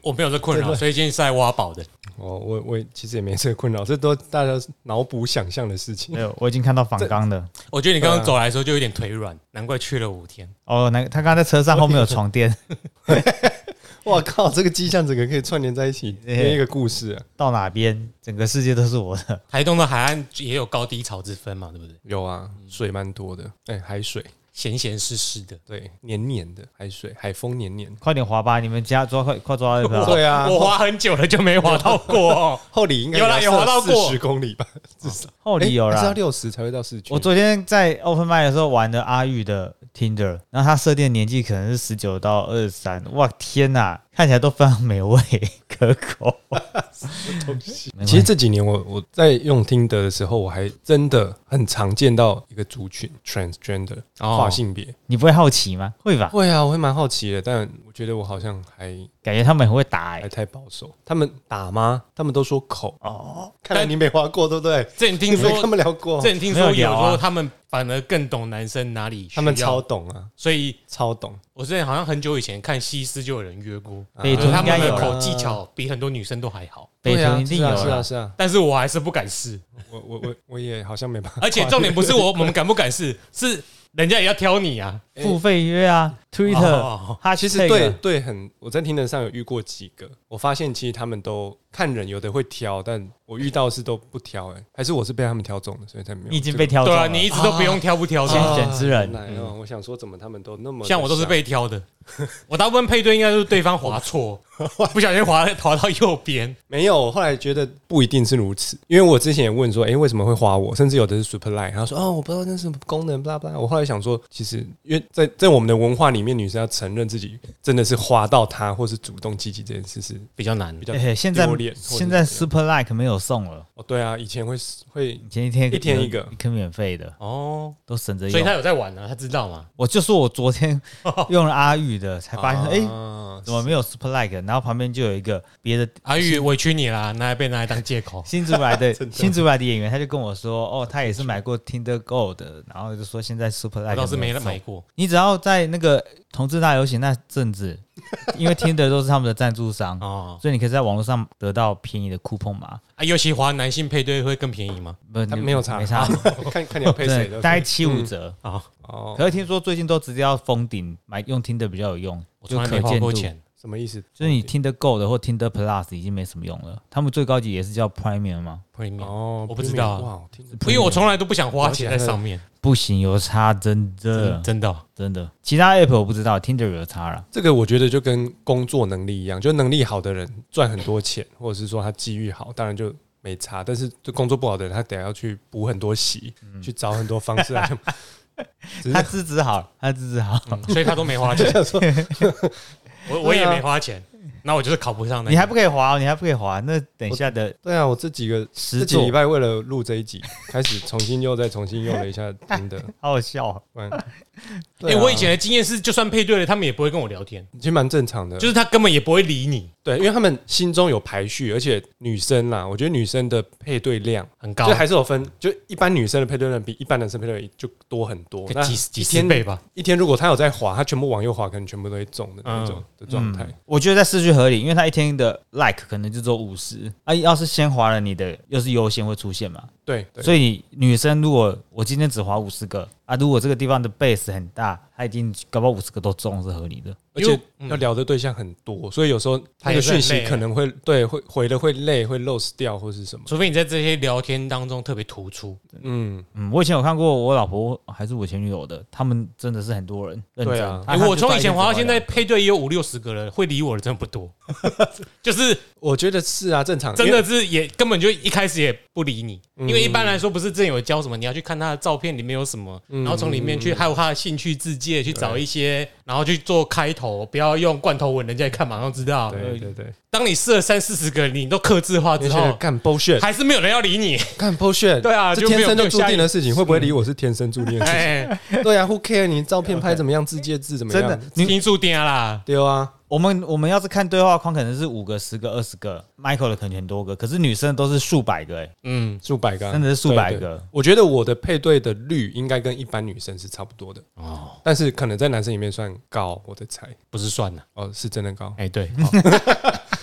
我没有这困扰，所以今天是在挖宝的。 我其实也没这个困扰，这都大家脑补想象的事情。 没有，我已经看到仿纲的。 我觉得你刚刚走来的时候就有点腿软，难怪去了5天。 哦，他刚刚在车上后面有床垫。 哇靠，这个迹象整个可以串联在一起，编一个故事啊！ 到哪边，整个世界都是我的。 台东的海岸也有高低潮之分嘛，对不对？ 有啊，水蛮多的，海水咸咸湿湿的， 对，黏黏的海水，海风黏黏。 快点滑吧，你们家快抓一把。 对啊， 我滑很久了就没滑到过。 后里应该有滑到过 40公里吧，至少。 后里有啦， 是要60才会到市区。 我昨天在 Open Mic 的时候玩的阿玉的 Tinder， 然后他设定的年纪可能是19到23，哇天哪，看起来都非常美味可口。 其实这几年我在用Tinder的时候，我还真的很常见到一个族群 transgender 跨性别。 你不会好奇吗？会吧？ 会啊，我会蛮好奇的，但我觉得我好像感觉他们很会打还太保守。他们打吗？他们都说口哦，看来你没滑过，对不对？ 这你听说跟他们聊过？ 这你听说有说他们反而更懂男生哪里需要， 他们超懂啊， 所以超懂。 我之前好像很久以前看西施就有人约过， 北屯他们的应该有口技巧比很多女生都还好。 北屯一定有， 是啊， 但是我还是不敢试。 我也好像没办法。 而且重点不是我们敢不敢试，是人家也要挑你啊， 付费约啊 ，Twitter， 他其实对我在Tinder上有遇过几个，我发现其实他们都看人，有的会挑，但我遇到是都不挑，还是我是被他们挑中的，所以才没有。 你已经被挑中了， 对啊，你一直都不用挑不挑的， 天选之人。 我想说，怎么他们都那么像我都是被挑的，我大部分配对应该都是对方滑错，不小心滑到右边。 没有，我后来觉得不一定是如此，因为我之前也问说，为什么会滑我？甚至有的是 super like， 他说我不知道那是什么功能，blah blah。我后来想说，其实因为在我们的文化里面，女生要承认自己真的是滑到他，或是主动积极这件事是比较难， 比较丢脸。 现在 super like 没有送了。 哦，对啊，以前会，以前一天一个免费的哦，都省着用。 所以他有在玩呢，他知道吗？ 我就说我昨天用了阿玉的，才发现怎么没有 super like？ 然后旁边就有一个别的阿玉委屈你啦，被拿来当借口。 新竹来的演员，他就跟我说，他也是买过 Tinder Gold 的，然后就说现在 super like 我倒是没买过。 你只要在那个同志大游行那阵子，因为 Tinder 都是他们的赞助商所以你可以在网络上得到便宜的coupon码。 尤其滑男性配对会更便宜吗？ 他没有差，看你要配谁的， 大概7-5折可是听说最近都直接要封顶，用 Tinder 比较有用， 我从来没花过钱。 什么意思？ 就是你 Tinder Gold 或 Tinder Plus 已经没什么用了，他们最高级也是叫 Premium 吗 ？Premium 我不知道因为我从来都不想花钱在上面。 不行，有差，真的。其他 App 我不知道 ，Tinder 有差了。 这个我觉得就跟工作能力一样，就能力好的人赚很多钱，或者是说他机遇好，当然就没差。但是就工作不好的人，他得要去补很多习，去找很多方式来。 他资质好， 所以他都没花钱。我也没花钱，那我就是考不上。 你还不可以滑，那等一下的。 对啊，我这几礼拜为了录这一集，开始重新用了一下Tinder， 好好笑。 我以前的经验是，就算配对了，他们也不会跟我聊天， 其实蛮正常的。 就是他根本也不会理你。 对，因为他们心中有排序，而且女生啦，我觉得女生的配对量很高， 就还是有分，就一般女生的配对量比一般男生配对量就多很多， 几十倍吧。 一天如果他有在滑，他全部往右滑，可能全部都会中的那种的状态。 我觉得在市区合理，因为他一天的 like 可能就只有50要是先滑了你的，又是优先会出现嘛。 对， 所以女生如果我今天只滑50个如果这个地方的 base 很大，他一定搞不好50个都中是合理的。 而且要聊的对象很多，所以有时候他的讯息可能会回的会累，会 lose 掉或是什么。 除非你在这些聊天当中特别突出。 我以前有看过我老婆还是我前女友的，他们真的是很多人认真。对啊， 我从以前滑到现在配对也有50-60个了，会理我的真的不多。就是我觉得是啊，正常， 真的是也根本就一开始也不理你，因为一般来说不是之前有教什么，你要去看他的照片里面有什么，然后从里面去还有他的兴趣自介去找一些，然后去做开头，不要用罐头文，人家一看马上知道。 对。 当你试了30-40个，你都客制化之后， 干 bullshit， 还是没有人要理你， 干 bullshit。对啊，这天生就注定的事情，会不会理我是天生注定的事情。对啊 ，Who care？ 你照片拍怎么样，自介字怎么样？真的，听注定啦。 对啊。 我们要是看对话框，可能是5个、10个、20个 ，Michael 的可能很多个，可是女生都是数百个， 数百个， 真的是数百个。 我觉得我的配对的率应该跟一般女生是差不多的但是可能在男生里面算高，我的猜不是算的是真的高。 对。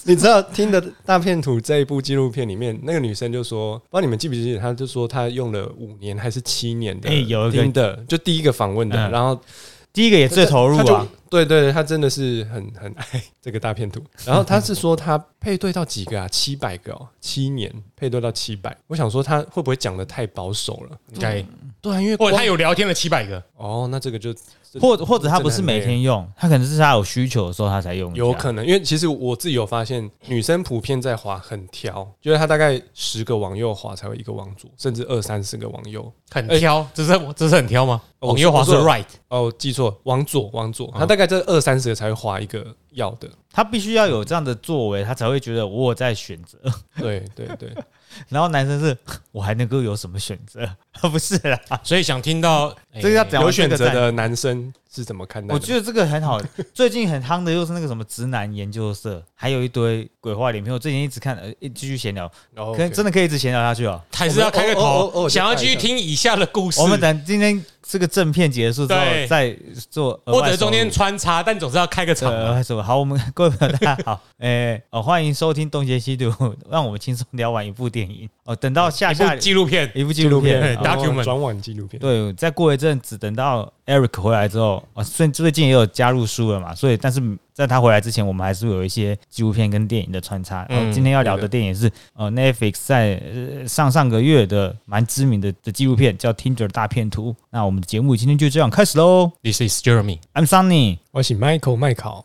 你知道听的大片图这一部纪录片里面，那个女生就说，不知道你们记不记得，她就说她用了5年还是7年的听的，就第一个访问的，然后第一个也最投入啊。 对对，他真的是很爱这个大片图。然后他是说他配对到几个啊？700个哦，7年配对到700。我想说他会不会讲的太保守了？ 应该对啊，因为或者他有聊天了700个哦，那这个就或者他不是每天用，他可能是他有需求的时候他才用。 有可能，因为其实我自己有发现，女生普遍在滑很挑，就是她大概10个往右滑才会1个往左，甚至20-30个往右， 很挑。这是很挑吗？往右滑是 right 哦，记错，往左，他大概这20-30个才会滑一个要的。 他必须要有这样的作为，他才会觉得我有在选择。 对。 然后男生是我还能够有什么选择？不是啦， 所以想听到这个要讲有选择的男生是怎么看待的？ 我觉得这个很好。最近很夯的又是那个什么直男研究社，还有一堆鬼话连篇。我最近一直看，继续闲聊，可能真的可以一直闲聊下去哦。 还是要开个头，想要继续听以下的故事。 我们等今天这个正片结束之后再做， 或者中间穿插，但总是要开个场。 好，我们各位朋友大家好，欢迎收听《东邪西毒》，让我们轻松聊完一部电影哦。等到下一部纪录片，document 转晚纪录片。 对，再过一阵子，等到 Eric 回来之后，最近也有加入书了嘛，所以但是在他回来之前，我们还是有一些纪录片跟电影的穿插。然后今天要聊的电影是Netflix 在上个月的蛮知名的纪录片，叫《Tinder 大片图》。那我们的节目今天就这样开始喽。 This is Jeremy, I'm Sunny， 我是 Michael 麦考。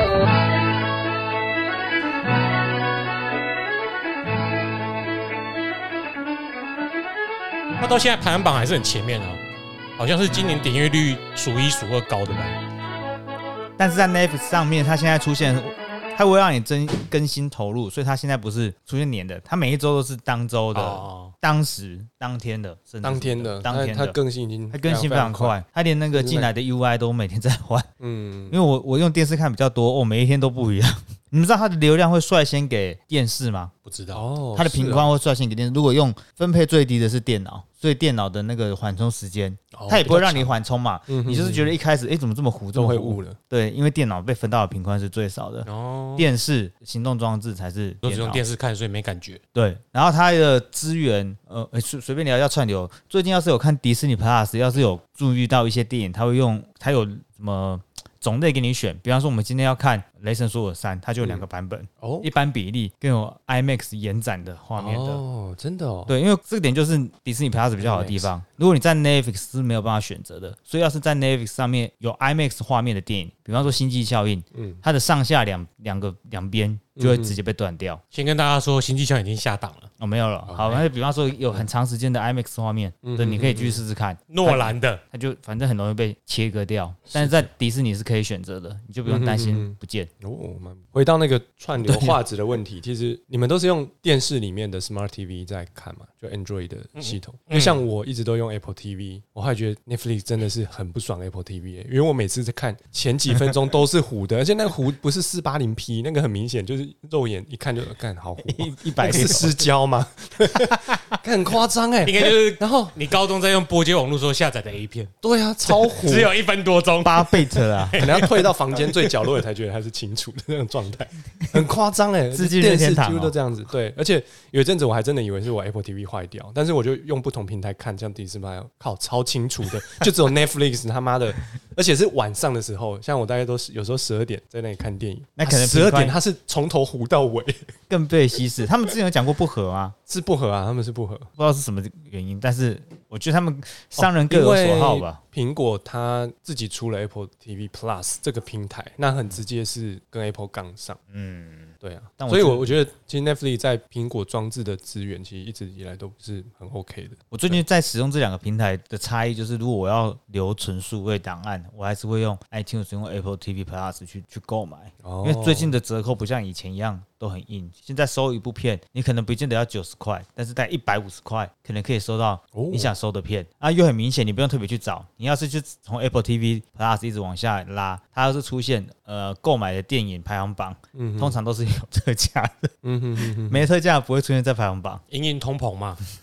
他到现在排行榜还是很前面啊，好像是今年点阅率数1数2高的吧。 但是在 Netflix 上面，它现在出现，它会让你更新投入，所以它现在不是出现年的，它每一周都是当周的、当时、当天的，甚至当天的，它更新已经， 它更新非常快，它连那个进来的 UI 都每天在换。因为我用电视看比较多，每一天都不一样。你们知道它的流量会率先给电视吗？ 不知道哦， 它的频宽会率先给电视。如果用分配最低的是电脑，所以电脑的那个缓冲时间，它也不会让你缓冲嘛。你就是觉得一开始怎么这么糊，这么会误了。 对，因为电脑被分到的频宽是最少的。电视行动装置才是都是用电视看，所以没感觉。 对，然后它的资源，随便聊要串流。最近要是有看迪士尼 Plus， 要是有注意到一些电影，它有什么种类给你选，比方说我们今天要看《雷神索尔3》，它就有2个版本，一般比例更有 IMAX 延展的画面的。 哦，真的哦。 对，因为这个点就是迪士尼 Plus 比较好的地方。如果你在 Netflix 是没有办法选择的，所以要是在 Netflix 上面有 IMAX 画面的电影，比方说《星际效应》，它的上下两边就会直接被断掉。 先跟大家说，《星际效应》已经下档了。 哦，没有了。好，那比方说有很长时间的 IMAX 画面，你可以去试试看。 诺兰的， 它就反正很容易被切割掉，但是在迪士尼是可以选择的，你就不用担心不见。 回到那个串流画质的问题，其实你们都是用电视里面的 Smart TV 在看嘛，就 Android 的系统。因为像我一直都用 Apple TV， 我还觉得 Netflix 真的是很不爽 Apple TV，因为我每次在看前几分钟都是糊的，而且那个糊不是480P， 那个很明显就是肉眼一看就干好糊，100是失焦吗？很夸张哎， 应该就是。然后你高中在用拨接网络时候下载的 A 片， 对啊，超糊， 只有1分多钟 ，8 bit 啊， 可能要退到房间最角落才觉得它是清楚的那种状态，很夸张哎，电视几乎都这样子。对，而且有一阵子我还真的以为是我 Apple TV 坏掉，但是我就用不同平台看，像迪士尼，靠，超清楚的，就只有 Netflix 他妈的，而且是晚上的时候，像我大概都是有时候12点在那里看电影， 那可能 12点它是从头糊到尾， 更被稀释。他们之前有讲过不合吗？ 是不合啊，他们是不合， 不知道是什么原因，但是我觉得他们商人各有所好吧。 苹果它自己出了 Apple TV Plus 这个平台，那很直接是跟 Apple 杠上。对啊，所以我觉得其实 Netflix 在苹果装置的资源，其实一直以来都不是很 OK 的。 我最近在使用这2个平台的差异，就是如果我要留存数位档案，我还是会用 iTunes 用 Apple TV Plus 去购买，因为最近的折扣不像以前一样都很硬。现在收一部片，你可能不见得要90块，但是在150块可能可以收到你想收的片啊，又很明显，你不用特别去找。你要是去从 Apple TV Plus 一直往下拉，它要是出现购买的电影排行榜，通常都是有特价的，没特价不会出现在排行榜。 因应通膨嘛，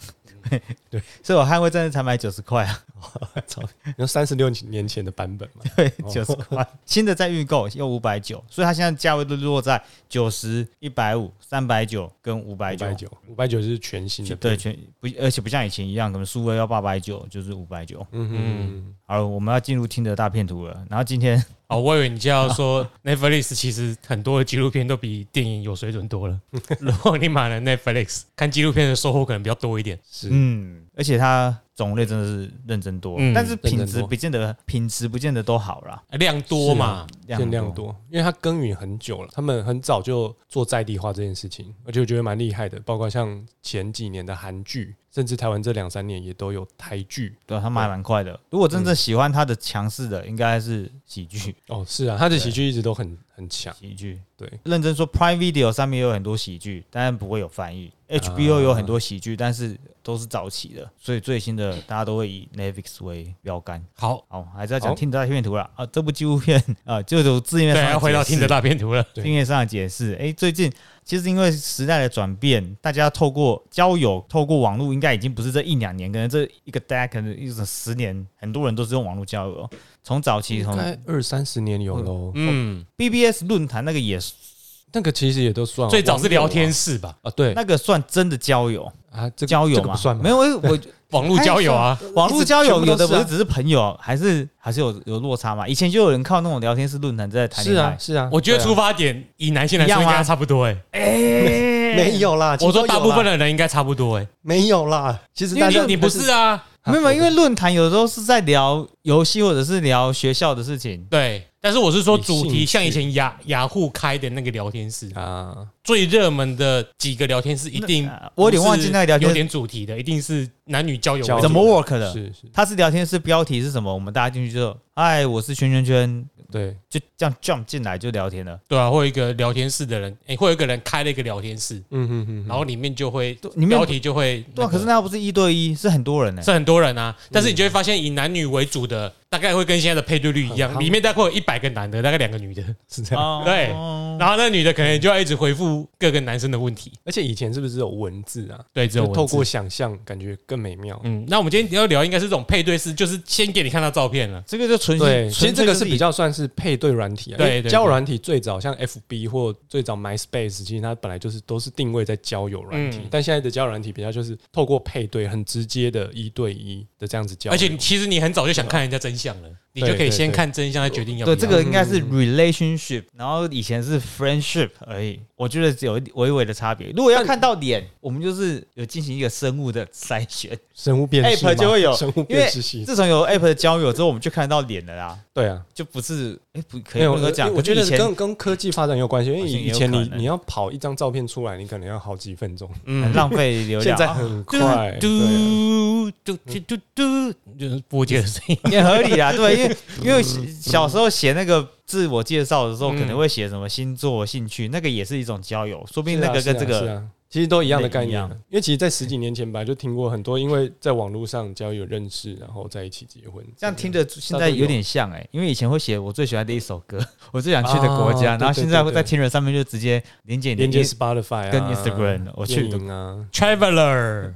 对， 所以我捍卫战士才买90块啊， 有36年前的版本嘛？ 对，90块。新的在预购又590，所以它现在价位都落在90、150、390跟590。 590是全新的， 对，而且不像以前一样，可能数位要890，就是590。好了，我们要进入听的大片图了。然后今天哦，我以为你就要说 Netflix 其实很多的纪录片都比电影有水准多了。如果你买了 Netflix， 看纪录片的收获可能比较多一点。 是， 而且它种类真的是认真多，但是品质不见得都好啦， 量多嘛， 量多，因为它耕耘很久了，他们很早就做在地化这件事情，而且我觉得蛮厉害的，包括像前几年的韩剧，甚至台湾这2-3年也都有台剧， 对，他们还蛮快的。如果真正喜欢他的强势的，应该是喜剧。 哦，是啊，他的喜剧一直都很强。 喜剧， 对， 认真说 ，Prime Video 上面有很多喜剧，但不会有翻译。HBO 有很多喜剧，但是都是早期的，所以最新的大家都会以 Netflix 为标杆。好，还是要讲听的大片图啦。这部纪录片就有字面上对，要回到听的大片图了。 字面上的解释，最近其实因为时代的转变，大家透过交友、透过网络，应该已经不是这1-2年，可能这一个大家可能10年，很多人都是用网络交友。从早期应该20-30年有喽。 BBS 论坛那个也是。 那个其实也都算， 最早是聊天室吧？ 对，那个算真的交友啊， 交友嘛，不算吗？ 没有，我网络交友啊， 网络交友有的不是只是朋友，还是有落差嘛？以前就有人靠那种聊天室论坛在谈恋爱， 是啊。 我觉得出发点以男性来说应该差不多没有啦， 我说大部分的人应该差不多没有啦。其实大家你不是啊， 没有，因为论坛有时候是在聊游戏或者是聊学校的事情， 对。但是我是说主题，像以前雅虎开的那个聊天室啊，最热门的几个聊天室一定， 我有点忘记那个聊天有点主题的，一定是男女交友怎么 work 的？ 是， 它是聊天室标题是什么？我们大家进去就，嗨，我是圈圈圈。 对， 就这样 jump 进来就聊天了。 对啊，会有一个聊天室的人，会有一个人开了一个聊天室，然后里面就会标题就会， 对啊，可是那不是1对1，是很多人呢， 是很多人啊。但是你就会发现，以男女为主的，大概会跟现在的配对率一样，里面大概会有100个男的，大概2个女的， 是这样。 对，然后那女的可能就要一直回复各个男生的问题。 而且以前是不是有文字啊？ 对，只有文字， 透过想象，感觉更美妙。 那我们今天要聊应该是这种配对式，就是先给你看到照片了， 这个就纯对，其实这个是比较算是配对软体。 对， 交友软体最早像 FB 或最早 MySpace， 其实它本来就是都是定位在交友软体，但现在的交友软体比较就是透过配对，很直接的1对1的这样子交友。 而且其实你很早就想看人家真相了，你就可以先看真相，再决定要不要。 对，这个应该是 relationship，然后以前是 friendship 而已。我觉得有微微的差别。如果要看到脸，我们就是有进行一个生物的筛选， 生物辨识 App 就会有生物辨识系。 自从有 App 的交友之后，我们就看得到脸了啦。 对啊， 就不是不可以不能讲。 我觉得跟科技发展有关系，因为以前你要跑一张照片出来，你可能要好几分钟， 很浪费流量。 现在很快， 嘟，就是波姐的声音也合理啦。对，因为小时候写那个自我介绍的时候，可能会写什么星座、兴趣，那个也是一种交友，说不定那个跟这个。 其实都一样的概念，因为其实，在10几年前本来就听过很多，因为在网络上交友认识，然后在一起结婚， 这样听着现在有点像因为以前会写我最喜欢的一首歌，我最想去的国家，然后现在会在 Tinder 上面就直接连接 Spotify 跟 Instagram， 我去啊 Traveler，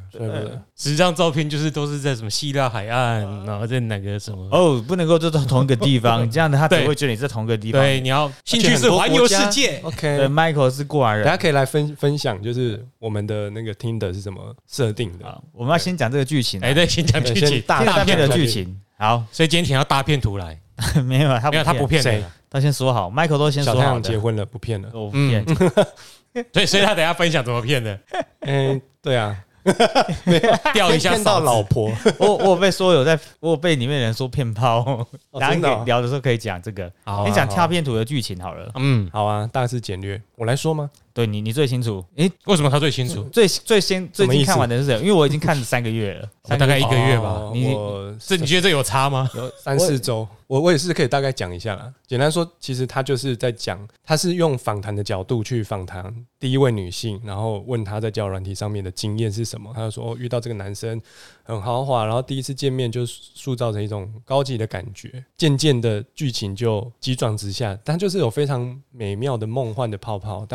10张照片就是都是在什么希腊海岸，然后在哪个什么不能够就在同一个地方，这样的他只会觉得你在同一个地方。 对，你要兴趣是环游世界。 OK， 对 ，Michael 是过来人， 大家可以来分享，就是我们的那个 Tinder 是怎么设定的。 我们要先讲这个剧情， 对，先讲剧情， 大片的剧情。好， 所以今天请到大片图来， 没有他不骗谁， 他先说好 ，Michael 都先说好的。 小太阳结婚了，不骗了， 我不骗。 所以他等一下分享怎么骗的。 对啊。 钓一下骗到老婆， 我被说我有被里面人说骗炮，然后聊的时候可以讲这个。你讲大片图的剧情好了。 好啊，大致简略，我来说吗？ 对你最清楚。 为什么他最清楚？ 最近看完的是谁？因为我已经看了3个月了， 大概1个月吧。你觉得这有差吗？ 有3-4周。我也是可以大概讲一下啦。简单说，其实他就是在讲，他是用访谈的角度去访谈第一位女性，然后问她在交友软体上面的经验是什么。他就说，遇到这个男生很豪华，然后第一次见面就塑造成一种高级的感觉，渐渐的剧情就急转直下，但就是有非常美妙的梦幻的泡泡，但后来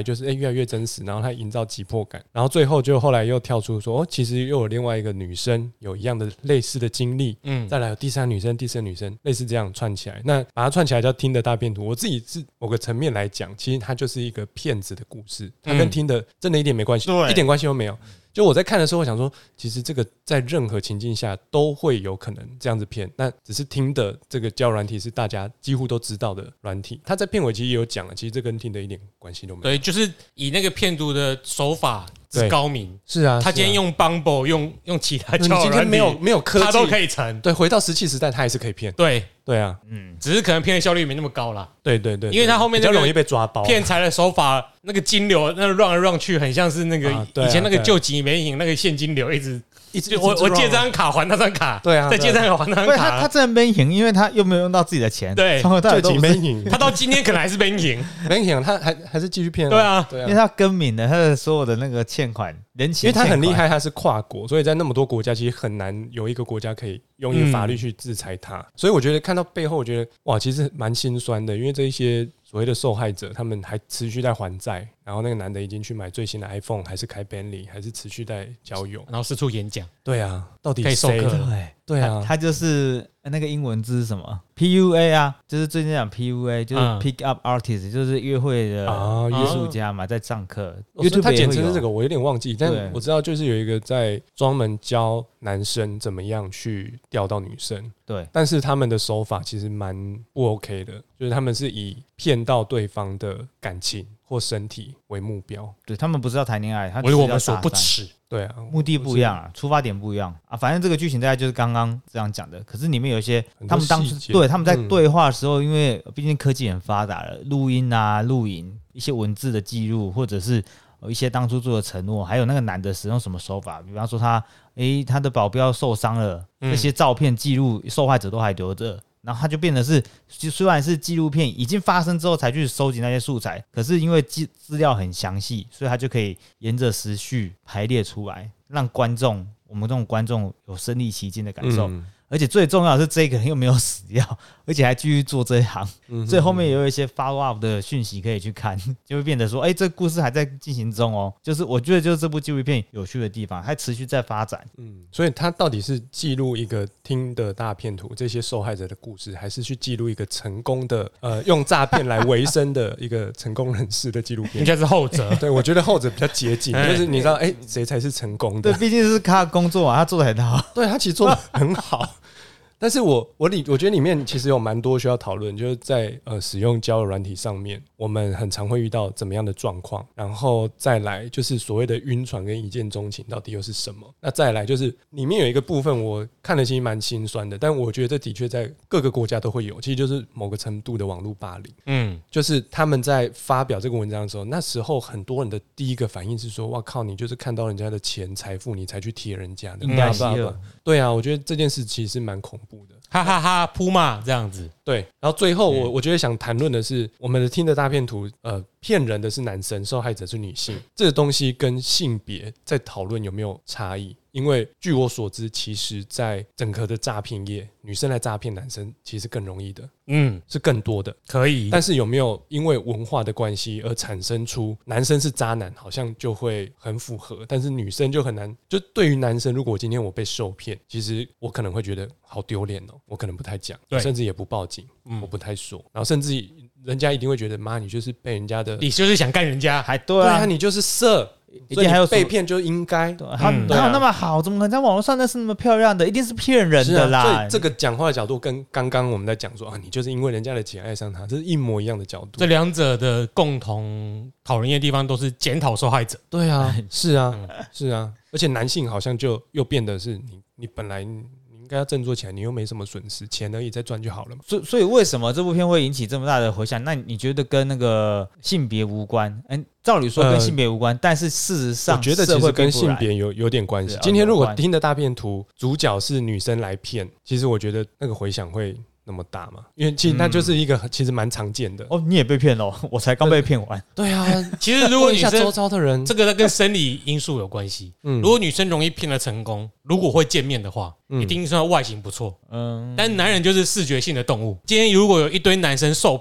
来就是越来越真实，然后他营造急迫感，然后最后就后来又跳出说其实又有另外一个女生有一样的类似的经历，再来有第三女生类似这样串起来，那把它串起来叫听的大片图。我自己是某个层面来讲，其实它就是一个骗子的故事，它跟听的真的一点没关系，一点关系都没有。就我在看的时候，我想说，其实这个在任何情境下都会有可能这样子骗，那只是听的这个交友软体是大家几乎都知道的软体。他在片尾其实也有讲了，其实这跟听的一点关系都没有。 对，就是以那个骗徒的手法之高明， 是啊， 他今天用 Bumble 用其他交友软体， 没有科技， 他都可以成。 对，回到石器时代，他还是可以骗。对啊， 只是可能骗的效率没那么高啦。 对， 因为他后面比较容易被抓包。 骗财的手法，那个金流那run来run去，很像是那个以前那个救急没影那个现金流一直我借这张卡还那张卡， 对啊， 再借这张卡还那张卡。 他真的没赢，因为他又没有用到自己的钱。 对， 救急没赢， 他到今天可能还是没赢， 他还是继续骗。 对啊， 因为他更名了他的所有的那个欠款。因为他很厉害，他是跨国，所以在那么多国家，其实很难有一个国家可以用一个法律去制裁他。所以我觉得看到背后，我觉得哇，其实蛮心酸的，因为这一些所谓的受害者，他们还持续在还债，然后那个男的已经去买最新的 iPhone， 还是开 Bentley， 还是持续在交友， 然后四处演讲。 对啊，到底可以授课？ 对啊， 他就是那个英文字是什么 ？PUA 啊，就是最近讲 PUA， 就是 Pick Up Artist， 就是约会的艺术家嘛，在上课。 他简称是这个，我有点忘记，但我知道就是有一个在专门教男生怎么样去钓到女生。 对， 但是他们的手法其实蛮不 OK 的，就是他们是以骗到对方的感情或身体为目标。 对，他们不是要谈恋爱， 为我们所不耻。 对啊， 目的不一样啊，出发点不一样啊。反正这个剧情大概就是刚刚这样讲的，可是里面有一些他们当时他们在对话的时候，因为毕竟科技很发达了，录音啊、录影、一些文字的记录，或者是一些当初做的承诺，还有那个男的使用什么手法，比方说他的保镖受伤了，这些照片记录受害者都还留着。然后他就变得是，虽然是纪录片已经发生之后才去收集那些素材，可是因为资料很详细，所以他就可以沿着时序排列出来，让我们这种观众有身临其境的感受。而且最重要的是，这个人又没有死掉，而且还继续做这一行，所以后面也有一些 follow up 的讯息可以去看，就会变得说，这个故事还在进行中哦。就是我觉得，就是这部纪录片有趣的地方，还持续在发展。 所以它到底是记录一个听的大骗图这些受害者的故事，还是去记录一个成功的用诈骗来维生的一个成功人士的纪录片？ 应该是后者。 对，我觉得后者比较接近，就是你知道，谁才是成功的？ 对，毕竟是他的工作啊，他做得很好。 对，他其实做得很好。但是我觉得里面其实有蛮多需要讨论，就是在使用交友软体上面，我们很常会遇到怎么样的状况，然后再来就是所谓的晕船跟一见钟情到底又是什么？那再来就是里面有一个部分我看了其实蛮心酸的，但我觉得这的确在各个国家都会有，其实就是某个程度的网络霸凌。就是他们在发表这个文章的时候，那时候很多人的第一个反应是说：“哇靠，你就是看到人家的钱财富，你才去贴人家的。” 应该是对啊，我觉得这件事其实蛮恐怖的。 哈哈哈，扑骂这样子。 对，然后最后我觉得想谈论的是，我们的听的大骗图，骗人的是男生，受害者是女性，这个东西跟性别在讨论有没有差异？因为据我所知，其实在整个的诈骗业，女生来诈骗男生其实更容易的，是更多的， 可以。 但是有没有因为文化的关系而产生出男生是渣男，好像就会很符合，但是女生就很难。就对于男生，如果今天我被受骗，其实我可能会觉得好丢脸哦，我可能不太讲，甚至也不报警，我不太说，然后甚至人家一定会觉得妈，你就是被人家的， 你就是想干人家， 还对啊， 你就是色。所以还有被骗就应该， 他哪有那么好？怎么可能在网络上那是那么漂亮的？一定是骗人的啦！ 所以这个讲话的角度跟刚刚我们在讲说你就是因为人家的钱爱上他，这是一模一样的角度。 这两者的共同讨论的地方都是检讨受害者。 对啊，是啊，是啊，而且男性好像就又变得是你本来应该要振作起来，你又没什么损失，钱而已，再赚就好了嘛。 所以为什么这部片会引起这么大的回响？那你觉得跟那个性别无关？照理说跟性别无关，但是事实上我觉得其实跟性别有点关系。今天如果听的大骗图主角是女生来骗，其实我觉得那个回响会那么大嘛？因为其实那就是一个其实蛮常见的。 你也被骗了，我才刚被骗完。 对啊， 其实如果女生周遭的人， 这个跟生理因素有关系。如果女生容易骗得成功，如果会见面的话，一定是外形不错。但男人就是视觉性的动物。今天如果有一堆男生受骗了，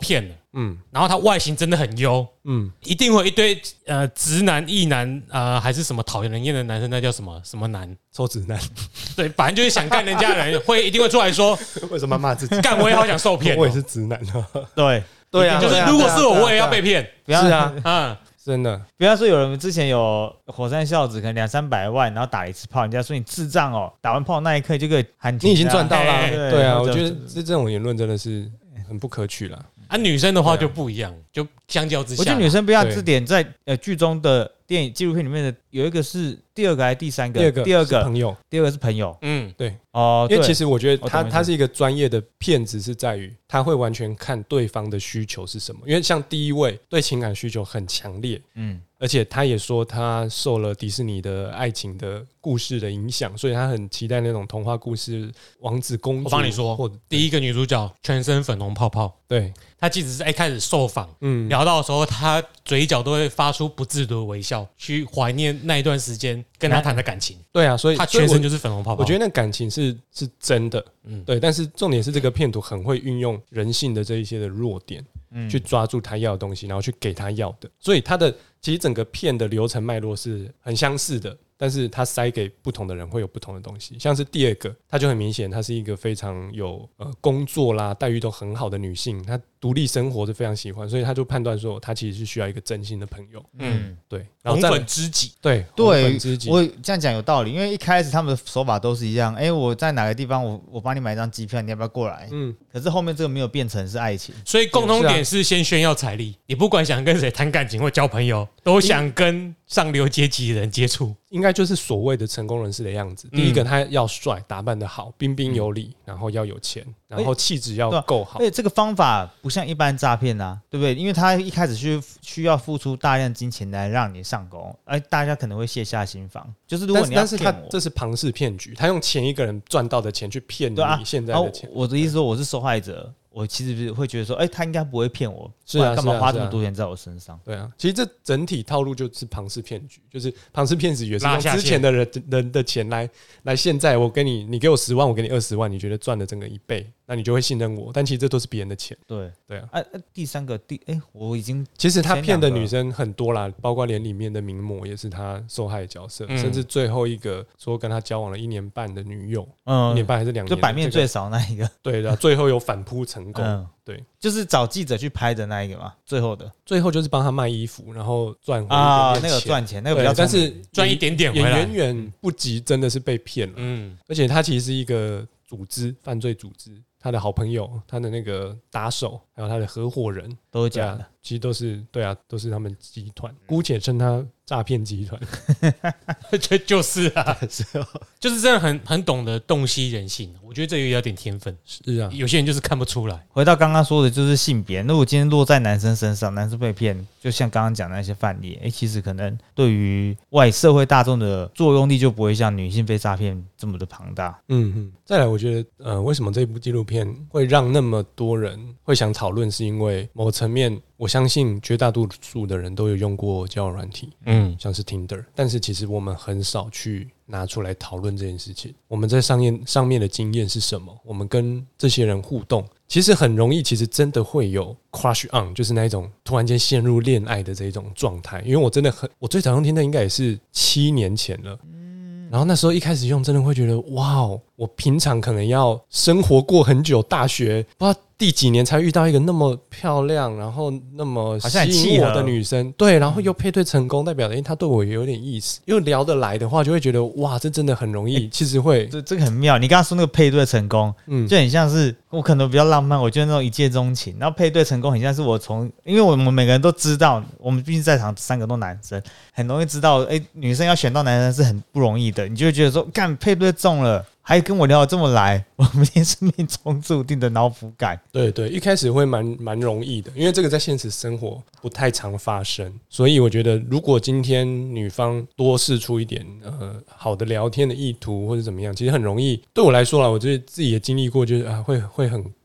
然后他外形真的很优，一定会有一堆直男、异男还是什么讨人厌的男生，那叫什么什么男？ 臭直男， 对，反正就是想干人家的人，一定会出来说， 为什么骂自己？ 干我也好想受骗、 我也是直男啊。 对对啊， 就是如果是我也要被骗。 是啊，真的。 比方说有人之前有火山孝子，可能200-300万，然后打了1次炮，人家说你智障哦，打完炮那一刻就可以喊停， 你已经赚到了。对啊，我觉得这种言论真的是很不可取啦。 女生的话就不一样，就相较之下， 我觉得女生不要这点在剧中的电影纪录片里面的有一个是第2个还是第3个？第二个朋友， 第2个是朋友。 对哦， 因为其实我觉得他是一个专业的骗子，是在于他会完全看对方的需求是什么。因为像第一位对情感需求很强烈，而且他也说他受了迪士尼的爱情的故事的影响，所以他很期待那种童话故事王子公主。 我帮你说，第一个女主角全身粉红泡泡， 对， 她即使是一开始受访，聊到的时候，她嘴角都会发出不自的微笑，去怀念那一段时间跟他谈的感情。 对啊，所以她全身就是粉红泡泡。 我觉得那感情是真的，对。但是重点是这个骗徒很会运用人性的这一些的弱点，去抓住他要的东西，然后去给他要的。所以他的其实整个骗的流程脉络是很相似的。但是他塞给不同的人会有不同的东西，像是第2个，他就很明显，她是一个非常有工作啦、待遇都很好的女性，她独立生活是非常喜欢，所以他就判断说，她其实是需要一个真心的朋友，对， 红粉知己， 对，红粉知己。 我这样讲有道理，因为一开始他们的手法都是一样，我在哪个地方，我帮你买一张机票，你要不要过来？可是后面这个没有变成是爱情， 所以共同点是先炫耀财力，你不管想跟谁谈感情或交朋友，都想跟上流阶级的人接触。 应该就是所谓的成功人士的样子。第一个，他要帅，打扮得好，彬彬有礼，然后要有钱，然后气质要够好。 而且这个方法不像一般诈骗啊，对不对？因为他一开始需要付出大量金钱来让你上钩，大家可能会卸下心防。就是如果你要骗我， 但是他这是庞氏骗局，他用前一个人赚到的钱去骗你现在的钱。 我的意思说，我是受害者。我其实会觉得说，他应该不会骗我， 是啊， 干嘛花这么多钱在我身上？ 对啊，其实这整体套路就是庞氏骗局，就是庞氏骗子也是用之前的人的钱来现在我给你给我10万，我给你20万，你觉得赚了整个1倍，那你就会信任我，但其实这都是别人的钱。 对啊， 第3个我已经其实他骗的女生很多啦，包括连里面的名模也是他受害的角色，甚至最后一个说跟他交往了1年半的女友，1年半还是2年， 就版面最少那一个， 对的，最后有反扑成功。对， 就是找记者去拍的那一个嘛，最后就是帮他卖衣服，然后赚回那个赚钱，那个比较， 但是赚一点点回来， 也远远不及真的是被骗了。而且他其实是一个犯罪组织，他的好朋友，他的那个打手，还有他的合伙人都是假的， 其实都是他们集团，姑且称他诈骗集团。 就是啊，就是真的很懂得洞悉人性。我觉得这也有点天分。 是啊， 有些人就是看不出来。 回到刚刚说的，就是性别。如果今天落在男生身上，男生被骗，就像刚刚讲的那些范例，其实可能对于社会大众的作用力就不会像女性被诈骗这么的庞大。 再来，我觉得为什么这部纪录片会让那么多人会想讨论，是因为某层面，我相信绝大多数的人都有用过交友软体，像是 Tinder， 但是其实我们很少去拿出来讨论这件事情。我们在上面的经验是什么？我们跟这些人互动，其实很容易，其实真的会有 crush on， 就是那一种突然间陷入恋爱的这一种状态。因为我最早用 Tinder 应该也是7年前了。然后那时候一开始用，真的会觉得哇，我平常可能要生活过很久，大学不知道第几年才遇到一个那么漂亮，然后那么吸引我的女生，对，然后又配对成功，代表她对我有点意思，又聊得来的话，就会觉得哇，这真的很容易。其实会这个很妙。你刚刚说那个配对成功，就很像是我可能比较浪漫，我觉得那种一见钟情，然后配对成功很像是因为我们每个人都知道，我们毕竟在场3个都男生，很容易知道，女生要选到男生是很不容易的，你就会觉得说，干配对中了。还跟我聊得这么来，我们一定是命中注定的脑补感。 对，一开始会蛮容易的，因为这个在现实生活不太常发生，所以我觉得如果今天女方多释出一点好的聊天的意图或者怎么样，其实很容易。对我来说啦，我觉得自己也经历过，就是会很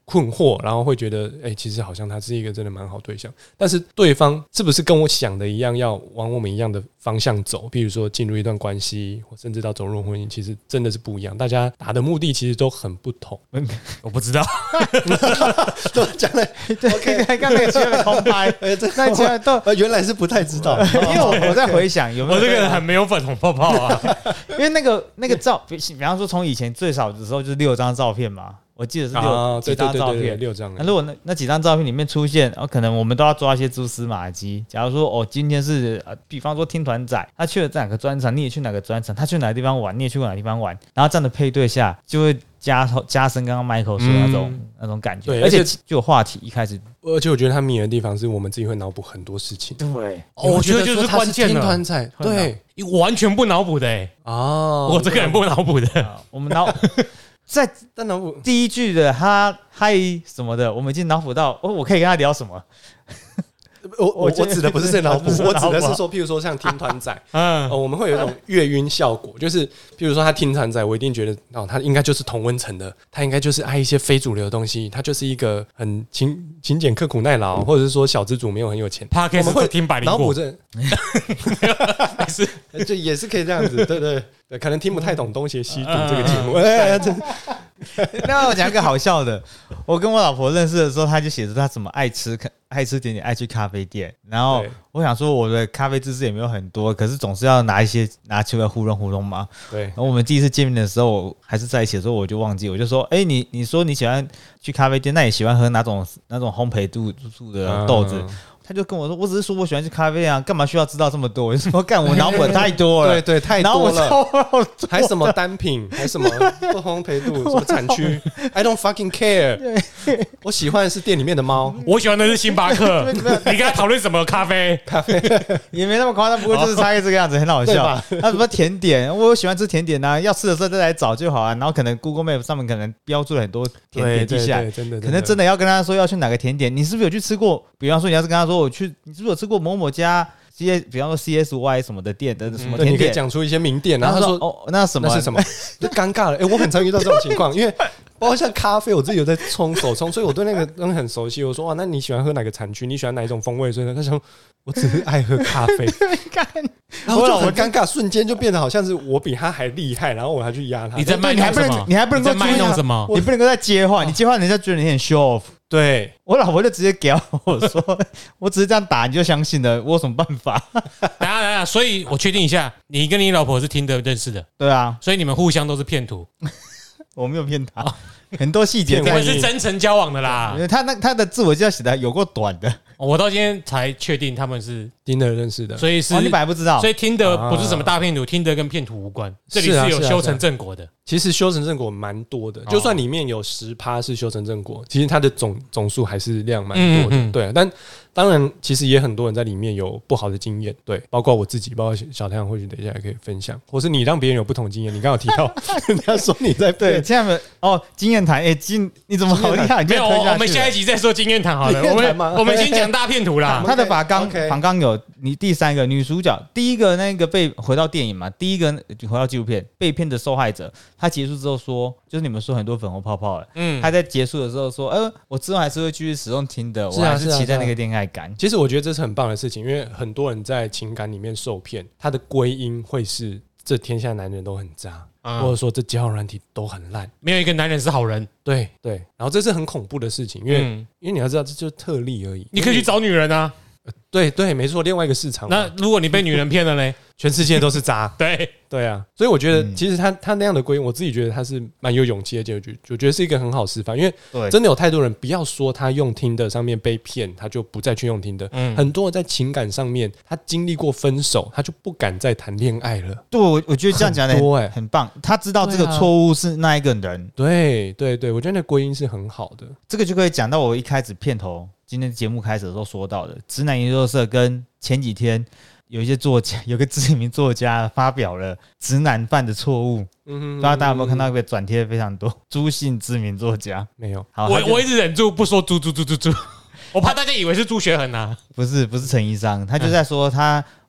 困惑，然后会觉得其实好像他是一个真的蛮好对象，但是对方是不是跟我想的一样，要往我们一样的方向走？比如说进入一段关系，或甚至到走入婚姻，其实真的是不一样。大家达的目的其实都很不同。 我不知道， 都讲的对，刚那个前面空拍，那前面都原来是不太知道， 因为我在回想有没有我这个人很没有粉红泡泡啊。 因为那个照，比方说从以前最少的时候就是6张照片嘛，我记得是几张照片 ，6张。 那如果那几张照片里面出现，可能我们都要抓一些蛛丝马迹。假如说今天是比方说听团仔，他去了哪个专场，你也去哪个专场，他去哪个地方玩，你也去过哪个地方玩，然后这样的配对下，就会加深刚刚 Michael 说的那种感觉， 对， 而且就有话题一开始。 而且我觉得他迷人的地方是我们自己会脑补很多事情。 对， 我觉得就是关键听团仔，对， 完全不脑补的我这个人不脑补的。 我们在第一句的他嗨什么的，我们已经脑补到我可以跟他聊什么。 我指的不是在脑补，我指的是说，譬如说像听团仔，我们会有一种月晕效果，就是譬如说他听团仔，我一定觉得他应该就是同温层的，他应该就是爱一些非主流的东西，他就是一个很勤俭刻苦耐劳，或者是说小资主没有很有钱， 我们会听百灵果， 还是就也是可以这样子，对，可能听不太懂东邪西毒这个节目。 那我讲一个好笑的，我跟我老婆认识的时候，她就写着她怎么爱吃甜点，爱去咖啡店。然后我想说我的咖啡知识也没有很多，可是总是要拿出来糊弄嘛。对。然后我们第一次见面的时候，还是在一起的时候，我就忘记，我就说，你说你喜欢去咖啡店，那你喜欢喝哪种烘焙度的豆子？他就跟我说，我只是说我喜欢去咖啡啊，干嘛需要知道这么多？我就说干，我脑本太多了， 对，太多了，还什么单品，还什么不烘焙度，什么产区 ，I don't fucking care。我喜欢的是店里面的猫， 我喜欢的是星巴克。你跟他讨论什么咖啡也没那么夸张，不过就是差异这个样子，很好笑。他什么甜点，我喜欢吃甜点啊，要吃的时候再来找就好啊。然后可能 Google Map 上面可能标注了很多甜点记下来，真的，可能真的要跟他说要去哪个甜点，你是不是有去吃过？比方说你要是跟他说你是不是有吃过某某家比方说 CSY 什么的店的什么甜点？ 你可以讲出一些名店，然后他说那什么是什么，就尴尬了。我很常遇到这种情况，因为包括像咖啡，我自己有在手冲，所以我对那个东西很熟悉。我说哇，那你喜欢喝哪个产区？你喜欢哪一种风味？所以他说我只是爱喝咖啡，然后就很尴尬，瞬间就变得好像是我比他还厉害，然后我还去压他。 你在卖弄什么？ 你还不能够卖弄什么？ 你不能够再接话，你接话人家觉得你很 show off。 对， 我老婆就直接给我说，我只是这样打你就相信了，我有什么办法？ 等下，所以我确定一下，你跟你老婆是听得认识的， 对啊， 所以你们互相都是骗图。 我没有骗他，很多细节， 你们是真诚交往的啦。 他的自我介绍写的有够短的， 我到今天才确定他们是听得认识的， 所以是你本来不知道， 所以听得不是什么大骗图，听得跟骗图无关，这里是有修成正果的。 其实修成正果蛮多的，就算里面有10%是修成正果，其实它的总数还是量蛮多的。对，但当然其实也很多人在里面有不好的经验，对，包括我自己，包括小太阳，或许等一下也可以分享，或是你让别人有不同经验。你刚刚提到人家说你在对这样的经验谈，你怎么好厉害？ 没有，我们下一集再说经验谈好了。我们先讲大骗图啦。 他的访纲有你第3个女主角，第一个那个被回到电影嘛，第一个回到纪录片被骗的受害者。他结束之后说，就是你们说很多粉红泡泡了。他在结束的时候说，我之后还是会继续使用听的，我还是期待那个恋爱感。 其实我觉得这是很棒的事情，因为很多人在情感里面受骗，他的归因会是这天下男人都很渣，或者说这交友软体都很烂， 没有一个男人是好人。 对，然后这是很恐怖的事情，因为你要知道这就是特例而已。 你可以去找女人啊。 对，没错，另外一个市场。 那如果你被女人骗了呢？ 全世界都是渣。对啊，所以我觉得其实他那样的归因，我自己觉得他是蛮有勇气的结局，我觉得是一个很好示范。因为真的有太多人，不要说他用Tinder上面被骗，他就不再去用Tinder。很多人在情感上面，他经历过分手，他就不敢再谈恋爱了。 对，我觉得这样讲的很棒。他知道这个错误是那一个人。 对，我觉得那归因是很好的。 这个就可以讲到我一开始片头。今天节目开始的时候说到的，直男研究社跟前几天有一些作家，有个知名作家发表了直男犯的错误。不知道大家有没有看到一个转贴非常多，朱姓知名作家没有？ 好， 我一直忍住不说朱，我怕大家以为是朱学恒啊。 不是陈医生，他就在说他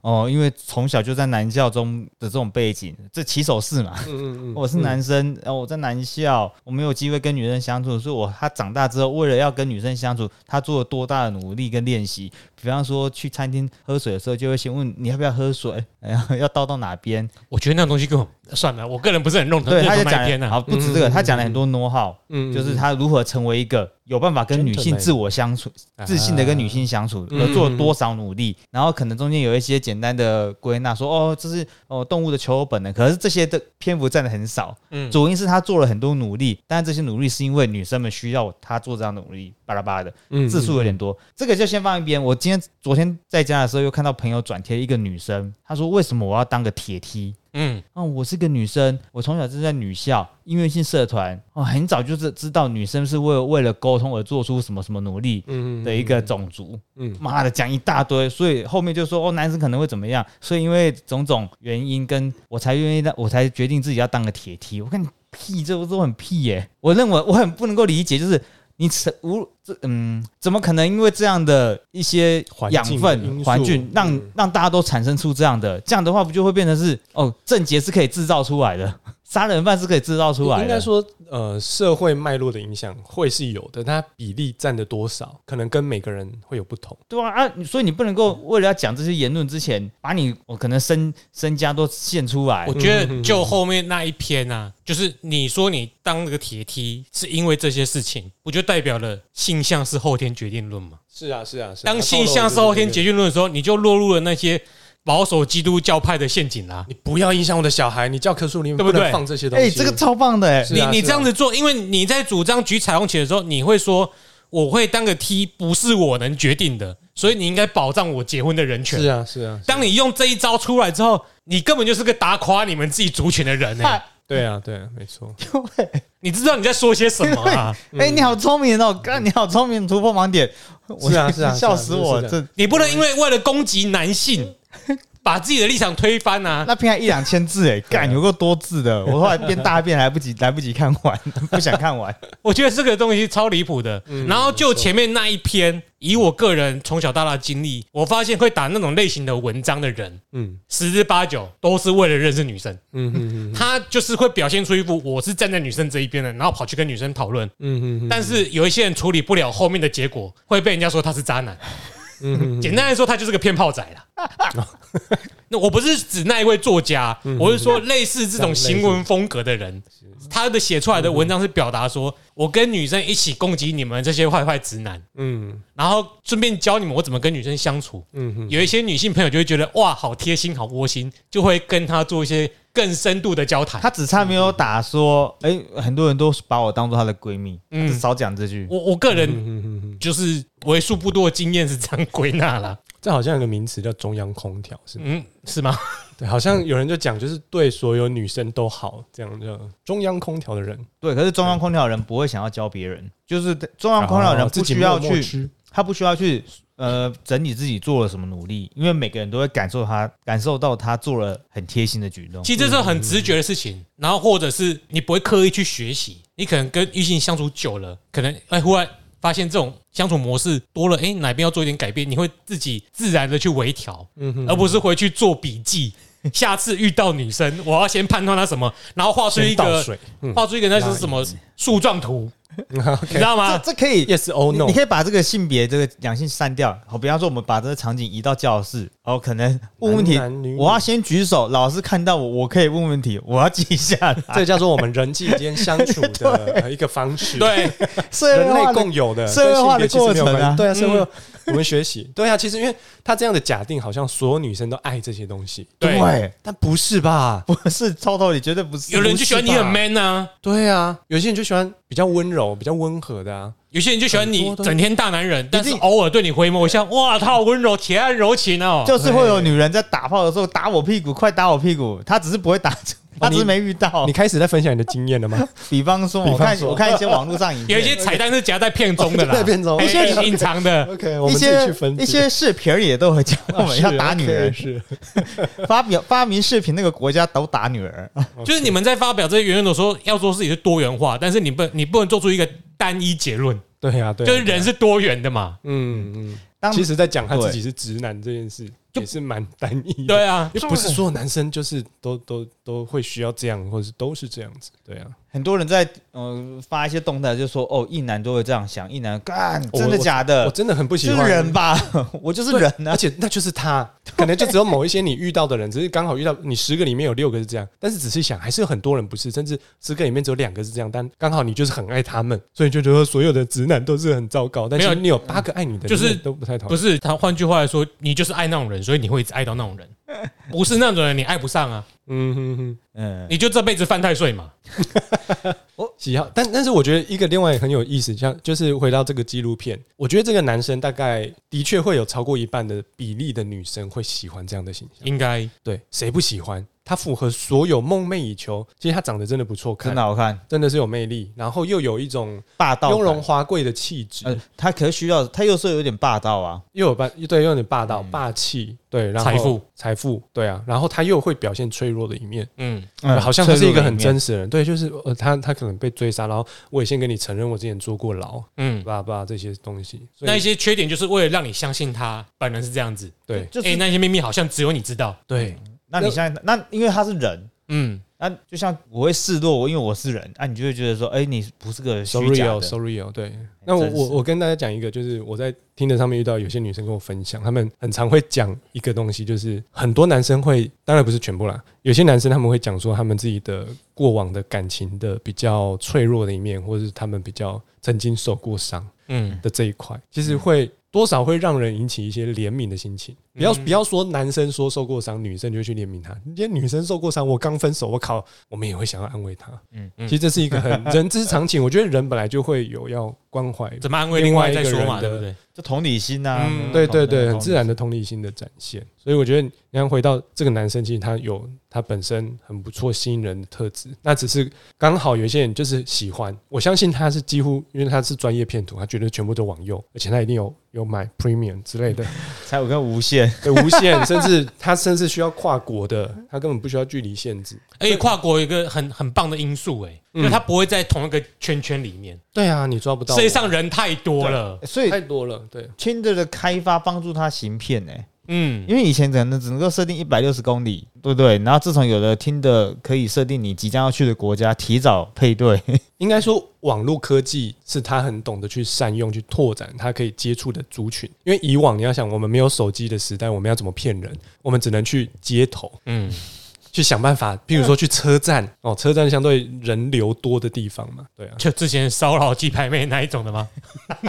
因为从小就在男校中的这种背景，这起手式嘛，我是男生，我在男校，我没有机会跟女生相处，所以他长大之后为了要跟女生相处，他做了多大的努力跟练习。比方说去餐厅喝水的时候，就会先问你要不要喝水，要倒到哪边。 我觉得那东西根本算了，我个人不是很认同。 对，他就讲了， 好，不止这个，他讲了很多 know how，就是他如何成为一个有办法跟女性自我相处、自信的跟女性相处，而做了多少努力，然后可能中间有一些简单的归纳，说这是动物的求偶本能，可是这些的篇幅占的很少。主因是他做了很多努力，但这些努力是因为女生们需要他做这样的努力，巴拉巴拉的，字数有点多，这个就先放一边。我昨天在家的时候又看到朋友转贴一个女生，她说为什么我要当个铁梯？我是个女生，我从小就在女校音乐性社团，很早就是知道女生是为了沟通而做出什么什么努力的一个种族。妈的，讲一大堆，所以后面就说男生可能会怎么样，所以因为种种原因，我才决定自己要当个铁梯。我看你屁，这都很屁耶！我认为我很不能够理解，就是你怎么可能因为这样的一些养分环境让大家都产生出这样的话，不就会变成是症结是可以制造出来的，杀人犯是可以制造出来的。 应该说社会脉络的影响会是有的，但它比例占的多少，可能跟每个人会有不同。 对啊，所以你不能够为了要讲这些言论之前，把你可能身家都献出来。 我觉得就后面那一篇啊，就是你说你当那个铁梯是因为这些事情，不就代表了性向是后天决定论吗？ 是啊。 当性向是后天决定论的时候，你就落入了那些保守基督教派的陷阱啦！ 你不要影响我的小孩，你教科书里面不能放这些东西。 这个超棒的你这样子做，因为你在主张举彩虹旗的时候，你会说我会当个 T 不是我能决定的，所以你应该保障我结婚的人权。 是啊。 当你用这一招出来之后，你根本就是个打垮你们自己族群的人对啊，没错。 你知道你在说些什么啊？ 你好聪明哦！你好聪明，突破盲点。 是啊， 笑死我！ 你不能因为了攻击男性，把自己的立场推翻啊！ 那篇还1-2千字干有够多字的，我后来变大便来不及看完，不想看完。 我觉得这个东西超离谱的。然后就前面那一篇，以我个人从小到大的经历，我发现会打那种类型的文章的人，10之8九都是为了认识女生。他就是会表现出一副我是站在女生这一边的，然后跑去跟女生讨论。但是有一些人处理不了后面的结果，会被人家说他是渣男。简单来说，他就是个骗炮仔啦。那我不是指那一位作家，我是说类似这种行文风格的人，他的写出来的文章是表达说，我跟女生一起攻击你们这些坏直男，然后顺便教你们我怎么跟女生相处。有一些女性朋友就会觉得哇，好贴心，好窝心，就会跟他做一些更深度的交谈。 他只差没有打说，很多人都把我当做她的闺蜜，少讲这句。 我个人就是为数不多的经验是这样归纳啦。 这好像有个名词叫中央空调，是吗？ 是吗？ 对，好像有人就讲，就是对所有女生都好，这样叫中央空调的人。 对，可是中央空调的人不会想要教别人，就是中央空调的人不需要去，他不需要去整理自己做了什么努力，因为每个人都会感受到他做了很贴心的举动。 其实这是很直觉的事情，然后或者是你不会刻意去学习，你可能跟异性相处久了，可能忽然发现这种相处模式多了，哪边要做一点改变，你会自己自然的去微调，而不是回去做笔记。下次遇到女生，我要先判断她什么，然后画出一个那是什么树状图。你知道吗？ 这可以 yes or no， 你可以把这个性别这个两性删掉。好，比方说我们把这个场景移到教室，可能问问题，我要先举手，老师看到我可以问问题，我要记下来。 这叫做我们人际间相处的一个方式， 对， 人类共有的社会化的过程啊， 对啊，社会我们学习，对啊，其实因为他这样的假定，好像所有女生都爱这些东西， 对， 但不是吧？ 不是，超头，你绝对不是。 有人就喜欢你很 man 啊， 对啊，有些人就喜欢比较温柔、比较温和的啊。 有些人就喜欢你整天大男人，但是偶尔对你回眸一下，哇，他好温柔，铁汉柔情哦。 就是会有女人在打炮的时候打我屁股，快打我屁股，她只是不会打，她只是没遇到。 你开始在分享你的经验了吗？ 比方说，我看一些网络上影片， 有一些彩蛋是夹在片中的啦， 片中一些隐藏的。 OK， 我们自己去分析。 一些视频也都会讲我们要打女人， 是发明视频那个国家都打女人。 就是你们在发表这些言论的时候，要做自己是多元化，但是你不能做出一个单一结论。 对啊， 就是人是多元的嘛。 其实在讲他自己是直男这件事， 也是蛮单一的。 对啊， 因为不是所有男生就是都会需要这样，或者是都是这样子。对啊， 很多人在发一些动态，就说哦，异男都会这样想，异男干真的假的？ 我真的很不喜欢就是人吧，我就是人啊， 而且那就是他，可能就只有某一些你遇到的人，只是刚好遇到你10个里面有6个是这样，但是仔细想，还是有很多人不是，甚至10个里面只有2个是这样，但刚好你就是很爱他们，所以就觉得所有的直男都是很糟糕。但是你有8个爱你的， 就是都不太讨厌。 不是他，换句话来说，你就是爱那种人，所以你会一直爱到那种人。不是那种人，你爱不上啊。你就这辈子犯太岁嘛。 喜好，但是我觉得另外很有意思，像就是回到这个纪录片，我觉得这个男生大概的确会有超过一半的比例的女生会喜欢这样的形象， 应该对，谁不喜欢？他符合所有梦寐以求，其实他长得真的不错看， 真的好看， 真的是有魅力，然后又有一种霸道、 雍容华贵的气质。 他可是需要，他又是有点霸道啊， 又有点霸道、霸气，对，然后财富，对啊，然后他又会表现脆弱的一面，好像他是一个很真实的人，对，就是他可能被追杀，然后我也先跟你承认我之前坐过牢，这些东西， 那一些缺点就是为了让你相信他本人是这样子， 对， 就是那些秘密好像只有你知道， 对。 那你现在那因为他是人，那就像我会示弱，因为我是人，你就会觉得说，你不是个虚假的 ，so real， 对。那我跟大家讲一个，就是我在听的上面遇到有些女生跟我分享，她们很常会讲一个东西，就是很多男生会，当然不是全部啦，有些男生他们会讲说他们自己的过往的感情的比较脆弱的一面，或者是他们比较曾经受过伤的这一块，其实会多少会让人引起一些怜悯的心情。不要说男生说受过伤，女生就会去怜悯他。今天女生受过伤，我刚分手，我靠，我们也会想要安慰她。其实这是一个很人之常情。我觉得人本来就会有要关怀， 怎么安慰另外一个人嘛，对不对？ 就同理心啊， 对，很自然的同理心的展现。所以我觉得你要回到这个男生，其实他有他本身很不错吸引人的特质，那只是刚好有一些人就是喜欢。我相信他是几乎，因为他是专业骗徒，他绝对全部都往右，而且他一定有买 premium 之类的， 才有个无限， 对，无限，甚至需要跨国的，他根本不需要距离限制。 而且跨国有一个很棒的因素，因为他不会在同一个圈圈里面。 对啊，你抓不到。 世界上人太多了， 所以太多了。对 ，Tinder 的开发帮助他行骗因为以前可能只能够设定160公里，对不对？然后自从有了 Tinder 可以设定你即将要去的国家，提早配对。 应该说，网络科技是他很懂得去善用、去拓展他可以接触的族群。因为以往你要想，我们没有手机的时代，我们要怎么骗人？我们只能去街头，去想办法，譬如说去车站车站相对人流多的地方嘛，对啊， 就之前骚扰鸡排妹那一种的吗？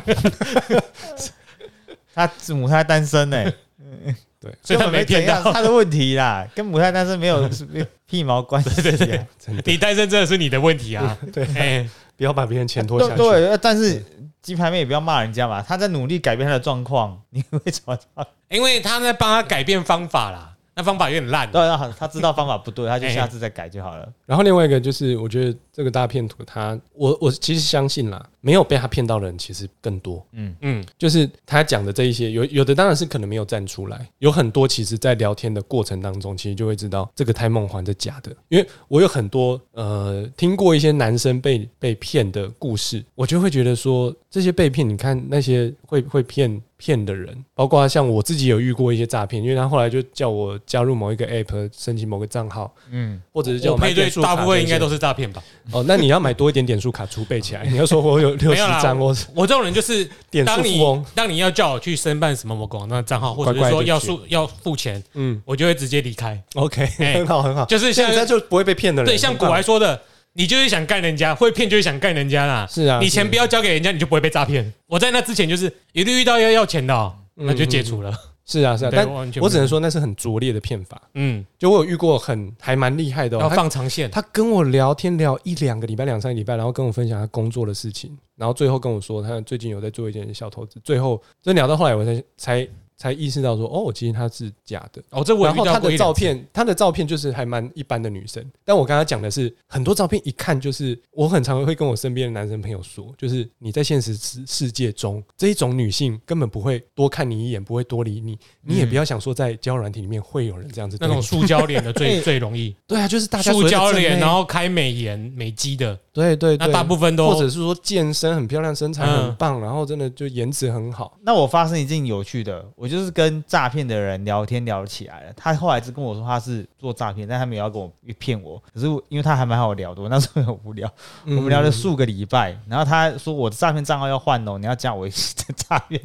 他母胎单身对， 所以他没骗到他的问题啦，跟母胎单身没有屁毛关系。 对，你单身真的是你的问题啊！ 对，不要把别人钱拖下去。 对，但是鸡排妹也不要骂人家嘛，他在努力改变他的状况，你会怎么着？ 因为他在帮他改变方法啦。那方法有点烂， 对，他知道方法不对，他就下次再改就好了。 然后另外一个就是，我觉得这个大骗徒我其实相信啦，没有被他骗到的人其实更多。就是他讲的这一些，有的当然是可能没有站出来，有很多其实在聊天的过程当中，其实就会知道这个太梦幻，这假的。因为我有很多听过一些男生被骗的故事，我就会觉得说，这些被骗，你看那些会骗的人，包括像我自己有遇过一些诈骗，因为他后来就叫我加入某一个 app 申请某个账号，或者是叫我买点数卡， 大部分应该都是诈骗吧？ 那你要买多一点点数卡储备起来。你要说我有60张，我这种人就是点数富翁。 当你要叫我去申办什么某广那账号，或者是说要付钱，我就会直接离开。 OK， 很好， 就是现在就不会被骗的人。 对，像古来说的。你就是想干人家，会骗就是想干人家啦。 是啊， 你钱不要交给人家，你就不会被诈骗。我在那之前就是一律遇到要钱的，那就解除了。 是啊，但我只能说那是很拙劣的骗法。就我有遇过还蛮厉害的， 要放长线。 他跟我聊天聊1-2个礼拜、2-3个礼拜，然后跟我分享他工作的事情，然后最后跟我说他最近有在做一件小投资。最后真聊到后来，我才意识到说，其实她是假的。 这我也遇到过。 然后她的照片就是还蛮一般的女生，但我刚才讲的是很多照片一看就是，我很常会跟我身边的男生朋友说，就是你在现实世界中这一种女性根本不会多看你一眼，不会多理你，你也不要想说在交友软体里面会有人这样子。 那种塑胶脸的最容易。 对啊，就是大家塑胶脸，然后开美颜美肌的。 对， 那大部分都或者是说健身很漂亮，身材很棒，然后真的就颜值很好。 那我发生一件有趣的，我我就是跟诈骗的人聊天聊起来了。他后来是跟我说他是做诈骗，但他没有要跟我骗我。可是因为他还蛮好聊的，我那时候很无聊，我们聊了数个礼拜，然后他说我的诈骗账号要换哦，你要加我诈骗。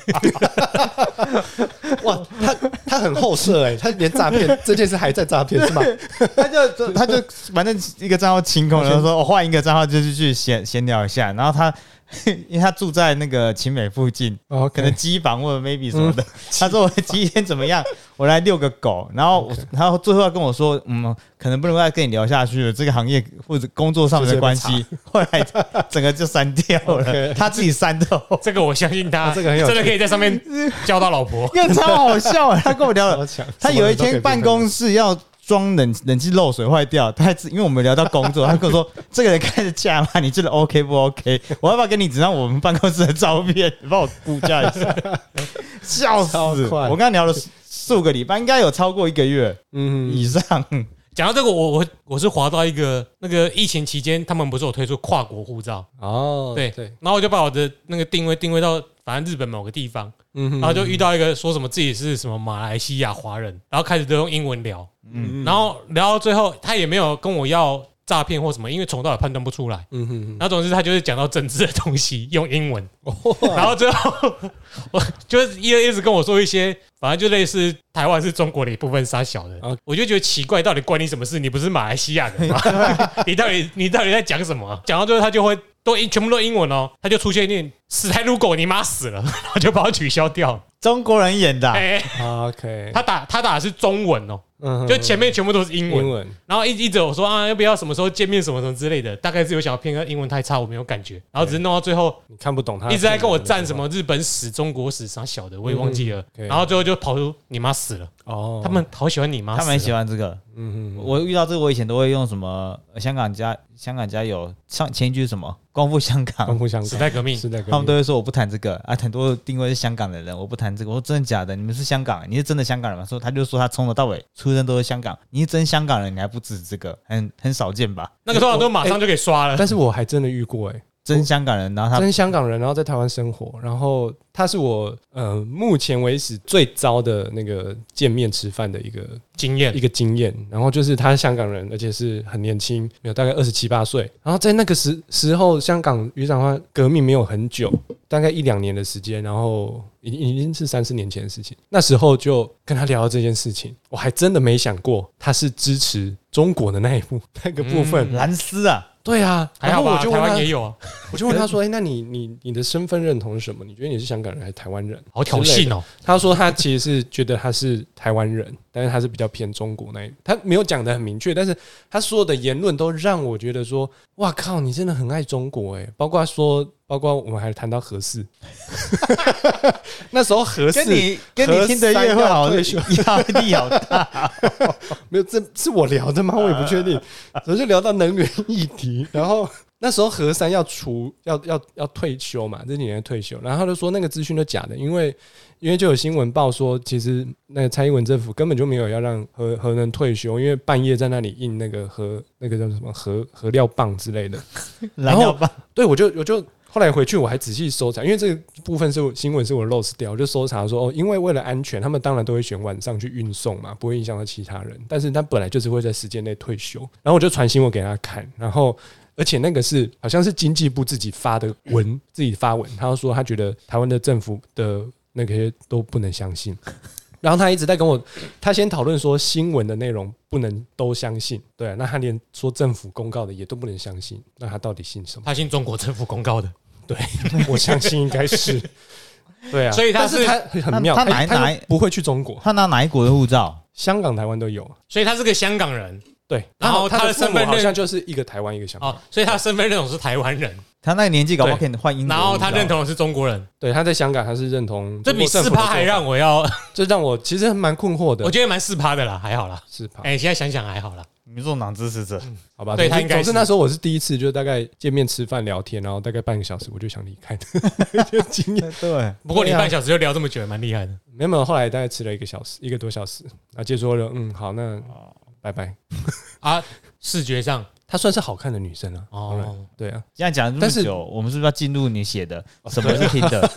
哇，他很后设哎，他连诈骗这件事还在诈骗是吗？ 他就反正一个账号清空，然后说我换一个账号就是去闲聊一下，然后他。因为他住在那个勤美附近，可能机房或者 maybe 什么的。他说我今天怎么样？我来遛个狗，然后最后要跟我说，可能不能再跟你聊下去了，这个行业或者工作上面的关系。后来整个就删掉了，他自己删的。 这个我相信他， 这个很有真的可以在上面交到老婆， 因为超好笑啊！他跟我聊了，他有一天办公室要装冷气漏水坏掉，因为我们聊到工作，他跟我说这个人开的价吗？你觉得 OK 不 OK？ 我要不要跟你只让我们办公室的照片，你帮我估价一下？笑死！我跟他聊了4-5个礼拜，应该有超过1个月以上。 讲到这个，我是滑到一个那个疫情期间，他们不是有推出跨国护照哦， 对，然后我就把我的那个定位到反正日本某个地方，然后就遇到一个说什么自己是什么马来西亚华人，然后开始都用英文聊，然后聊到最后他也没有跟我要诈骗或什么，因为从头到尾判断不出来。然后总之他就是讲到政治的东西用英文，然后最后我就是一直跟我说一些，反正就类似台湾是中国的一部分杀小的，我就觉得奇怪，到底关你什么事？你不是马来西亚人吗？你到底在讲什么？讲到最后他就会全部都英文哦，他就出现一点死台如狗，你妈死了，然后就把我取消掉。 中国人演的 ，OK， 他打的是中文哦。就前面全部都是英文，然后一直我说要不要什么时候见面什么什么之类的，大概是有想要骗，英文太差我没有感觉，然后只是弄到最后你看不懂他， 一直在跟我站什么日本史、中国史啥小的，我也忘记了，然后最后就跑出你妈死了哦，他们好喜欢你妈死了， 他们很喜欢这个，我遇到这个我以前都会用什么香港加油，前一句是什么光复香港， 时代革命， 他们都会说我不谈这个啊，很多定位是香港的人，我不谈这个。我说真的假的？你们是香港人，你是真的香港人吗？他就说他从头到尾出生都是香港，你是真香港人，你还不止这个，很少见吧？ 那个通常都马上就给刷了， 但是我还真的遇过真香港人，然后真香港人，然后在台湾生活，然后他是我目前为止最糟的那个见面吃饭的一个经验，然后就是他是香港人，而且是很年轻，没有大概27、28岁，然后在那个时候香港渔场化革命没有很久，大概1-2年的时间，然后已经是3-4年前的事情，那时候就跟他聊到这件事情，我还真的没想过他是支持中国的那个部分， 蓝丝啊。 对啊， 还好吧，台湾也有啊。 我就问他说：“那你的身份认同是什么？你觉得你是香港人还是台湾人？” 好挑衅哦！ 他说他其实是觉得他是台湾人，但是他是比较偏中国那一，他没有讲得很明确，但是他所有的言论都让我觉得说：“哇靠，你真的很爱中国哎！”包括我们还谈到核四，那时候核四跟你听的越会好，压力好大。 没有，这是我聊的吗？我也不确定。我就聊到能源议题，然后那时候核三要退休嘛，这几年退休，然后他就说那个资讯都假的，因为就有新闻报说，其实那个蔡英文政府根本就没有要让核能退休，因为半夜在那里印那个那个叫什么核料棒之类的， 燃料棒。 对，我就。后来回去我还仔细搜查，因为这个部分新闻是我 lost 掉，我就搜查说因为为了安全，他们当然都会选晚上去运送嘛，不会影响到其他人。但是他本来就是会在时间内退休，然后我就传新闻给他看，然后而且那个是好像是经济部自己发文，他说他觉得台湾的政府的那些都不能相信。然后他一直在跟我，他先讨论说新闻的内容不能都相信，对啊，那他连说政府公告的也都不能相信，那他到底信什么？ 他信中国政府公告的。 对，我相信应该是，对啊， 所以他很妙，他不会去中国， 他拿哪一国的护照？ 香港、台湾都有， 所以他是个香港人， 对， 然后他的身份好像就是一个台湾一个香港， 所以他的身份认同是台湾人， 他那个年纪搞不好可以换英国， 然后他认同的是中国人， 对，他在香港他是认同， 这比4%还让我要， 这让我其实蛮困惑的， 我觉得蛮4%的啦，还好啦 ，4%， 现在想想还好啦。 民众党支持者， 好吧， 对他应该是。 总之那时候我是第一次，就大概见面吃饭聊天，然后大概半个小时我就想离开的经验。 对， 不过你半小时就聊这么久，蛮厉害的。 没有，后来大概吃了1个多小时，然后结束了，好，那拜拜啊。视觉上， 她算是好看的女生啊。 哦， 对啊。 这样讲这么久，我们是不是要进入你写的什么是听的？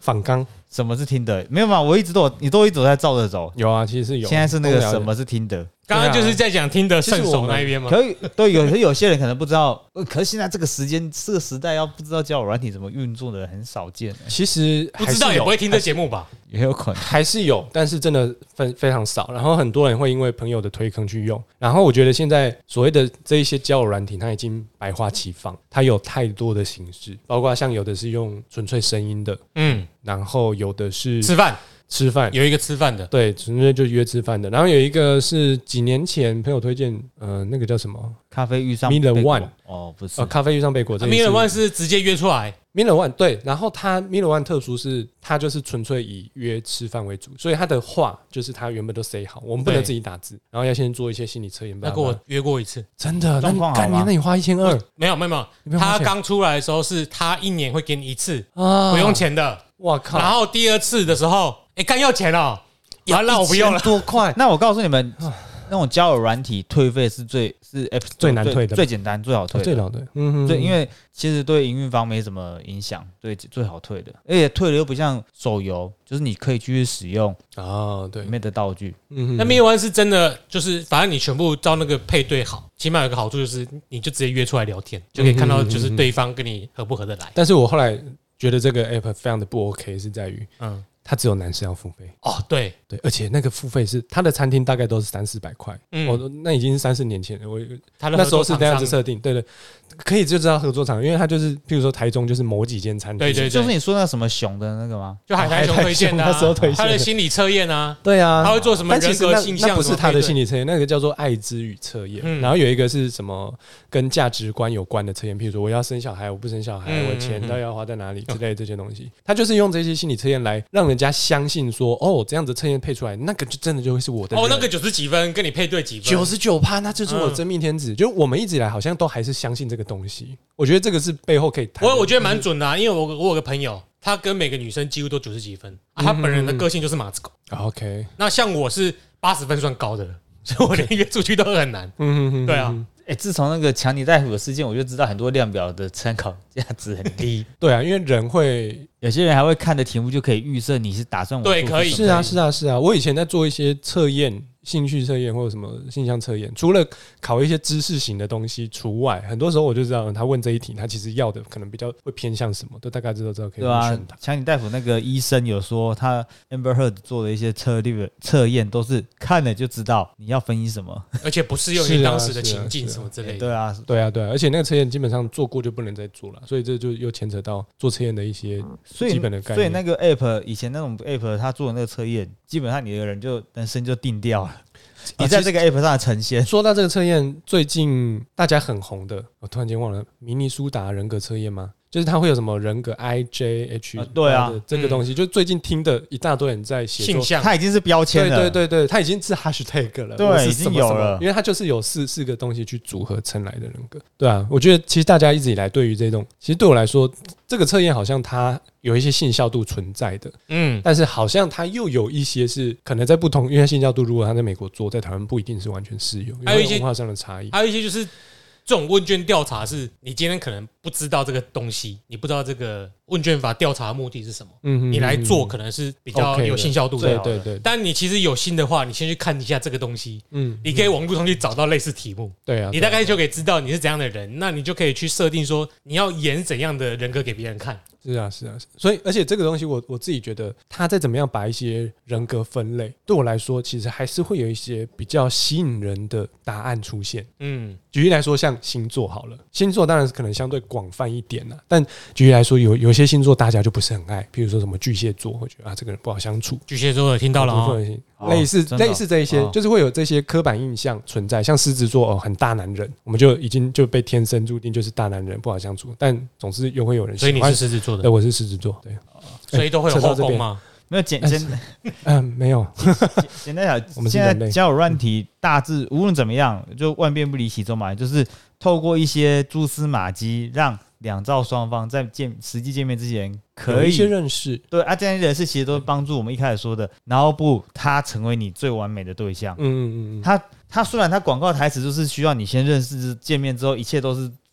仿纲什么是听的？没有嘛，我一直都你都一直在照着走。 有啊，其实是有。 现在是那个什么是听的？ 刚刚就是在讲听的圣手那一边嘛。 可以，对，有些人可能不知道，可是现在这个时代要不知道交友软体怎么运作的人很少见。 其实不知道也不会听这节目吧？ 也有可能还是有，但是真的非常少。然后很多人会因为朋友的推坑去用。然后我觉得现在所谓的这一些交友软体，它已经百花齐放，它有太多的形式，包括像有的是用纯粹声音的，然后有的是吃饭有一个吃饭的， 对，纯粹就约吃饭的。然后有一个是几年前朋友推荐，那个叫什么？ 咖啡遇上 Miller One 哦，不是， 咖啡遇上贝果。 Miller One 是直接约出来。 Miller One 对，然后他 Miller One 特殊是，他就是纯粹以约吃饭为主，所以他的话就是他原本都 say 好，我们不能自己打字，然后要先做一些心理测验。 他跟我约过一次， 真的？那你花1200？ 没有，他刚出来的时候是他1年会给你一次，不用钱的。 哇靠！ 然后第2次的时候，干要钱哦，那我不用了， 多快？ 那我告诉你们，那种交友软体退费是最难退的， 最简单、最好退的， 最老的。 对，因为其实对营运方没什么影响，对，最好退的，而且退了又不像手游，就是你可以继续使用对里面的道具。 那Miller One是真的，就是反正你全部照那个配对好，起码有个好处就是，你就直接约出来聊天，就可以看到就是对方跟你合不合得来。 但是我后来觉得这个 app 非常的不 OK， 是在于它只有男生要付费对， 而且那个付费是他的餐厅大概都是300-400块，那已经是30年前了，他那时候是这样子设定，对，可以就知道合作厂，因为他就是譬如说台中就是某几间餐厅， 对， 就是你说那什么熊的那个吗？ 就海苔熊推荐的， 那时候推荐他的心理测验啊， 对啊， 他会做什么人格性向？ 那不是他的心理测验，那个叫做爱之语测验，然后有一个是什么跟价值观有关的测验，譬如说我要生小孩，我不生小孩，我钱到底要花在哪里之类的这些东西，他就是用这些心理测验来让人家相信说，这样子测验配出来，那个就真的就会是我的人。 那个90几分跟你配对几分 ，99%，那就是我的真命天子。就我们一直以来好像都还是相信这个东西，我觉得这个是背后可以谈。 我觉得蛮准的因为我有个朋友，他跟每个女生几乎都90几分，他本人的个性就是马子狗。 OK， 那像我是80分算高的了，所以我连约出去都很难。对啊。 自从那个强尼戴普的事件，我就知道很多量表的参考价值很低。 对啊，因为人会有些人还会看的题目就可以预设你是打算对，可以是啊。我以前在做一些测验，兴趣测验或者什么性向测验，除了考一些知识型的东西除外，很多时候我就知道他问这一题，他其实要的可能比较会偏向什么，都大概知道可以选他。 对啊，强尼戴普那个医生有说，他 Amber Heard 做的一些测验都是看了就知道你要分析什么， 而且不适用于当时的情境什么之类的。 对啊，而且那个测验基本上做过就不能再做了，所以这就又牵扯到做测验的一些基本的概念。 所以那个 app 以前那种 app 他做的那个测验，基本上你的人生就定掉了。你在这个 app 上的呈现。 说到这个测验，最近大家很红的，我突然间忘了，明尼苏达人格测验吗？就是它会有什么人格 IJH， 对啊， 这个东西，就最近听的一大堆人在写性向， 它已经是标签了， 对，它已经是 hashtag 了， 对，已经有了， 因为它就是有四个东西去组合成来的人格，对啊，我觉得其实大家一直以来对于这种，其实对我来说，这个测验好像它有一些信效度存在的，但是好像它又有一些是可能在不同，因为信效度如果它在美国做，在台湾不一定是完全适用， 还有一些文化上的差异， 还有一些就是。这种问卷调查是你今天可能不知道这个东西，你不知道这个问卷法调查的目的是什么，你来做可能是比较有信效度的。 对。 但你其实有心的话，你先去看一下这个东西，你可以网络上去找到类似题目， 对啊， 你大概就可以知道你是怎样的人，那你就可以去设定说你要演怎样的人格给别人看。 是啊，所以而且这个东西我自己觉得，他再怎么样把一些人格分类，对我来说，其实还是会有一些比较吸引人的答案出现。举例来说，像星座好了，星座当然是可能相对广泛一点啦，但举例来说，有些星座大家就不是很爱，譬如说什么巨蟹座，会觉得这个人不好相处。 巨蟹座有听到了类似这一些，就是会有这些刻板印象存在。像狮子座很大男人，我们就已经就被天生注定就是大男人不好相处，但总是又会有人喜欢。 所以你是狮子座的， 对，我是狮子座，对， 所以都会有后宫吗？ 没有没有。 简单讲，我们现在交友软体大致无论怎么样，就万变不离其宗嘛，就是透过一些蛛丝马迹，让两造双方在实际见面之前可以有一些认识。 对啊，这些认识其实都帮助我们一开始说的，然后他成为你最完美的对象。他虽然他广告台词就是需要你先认识，见面之后一切都是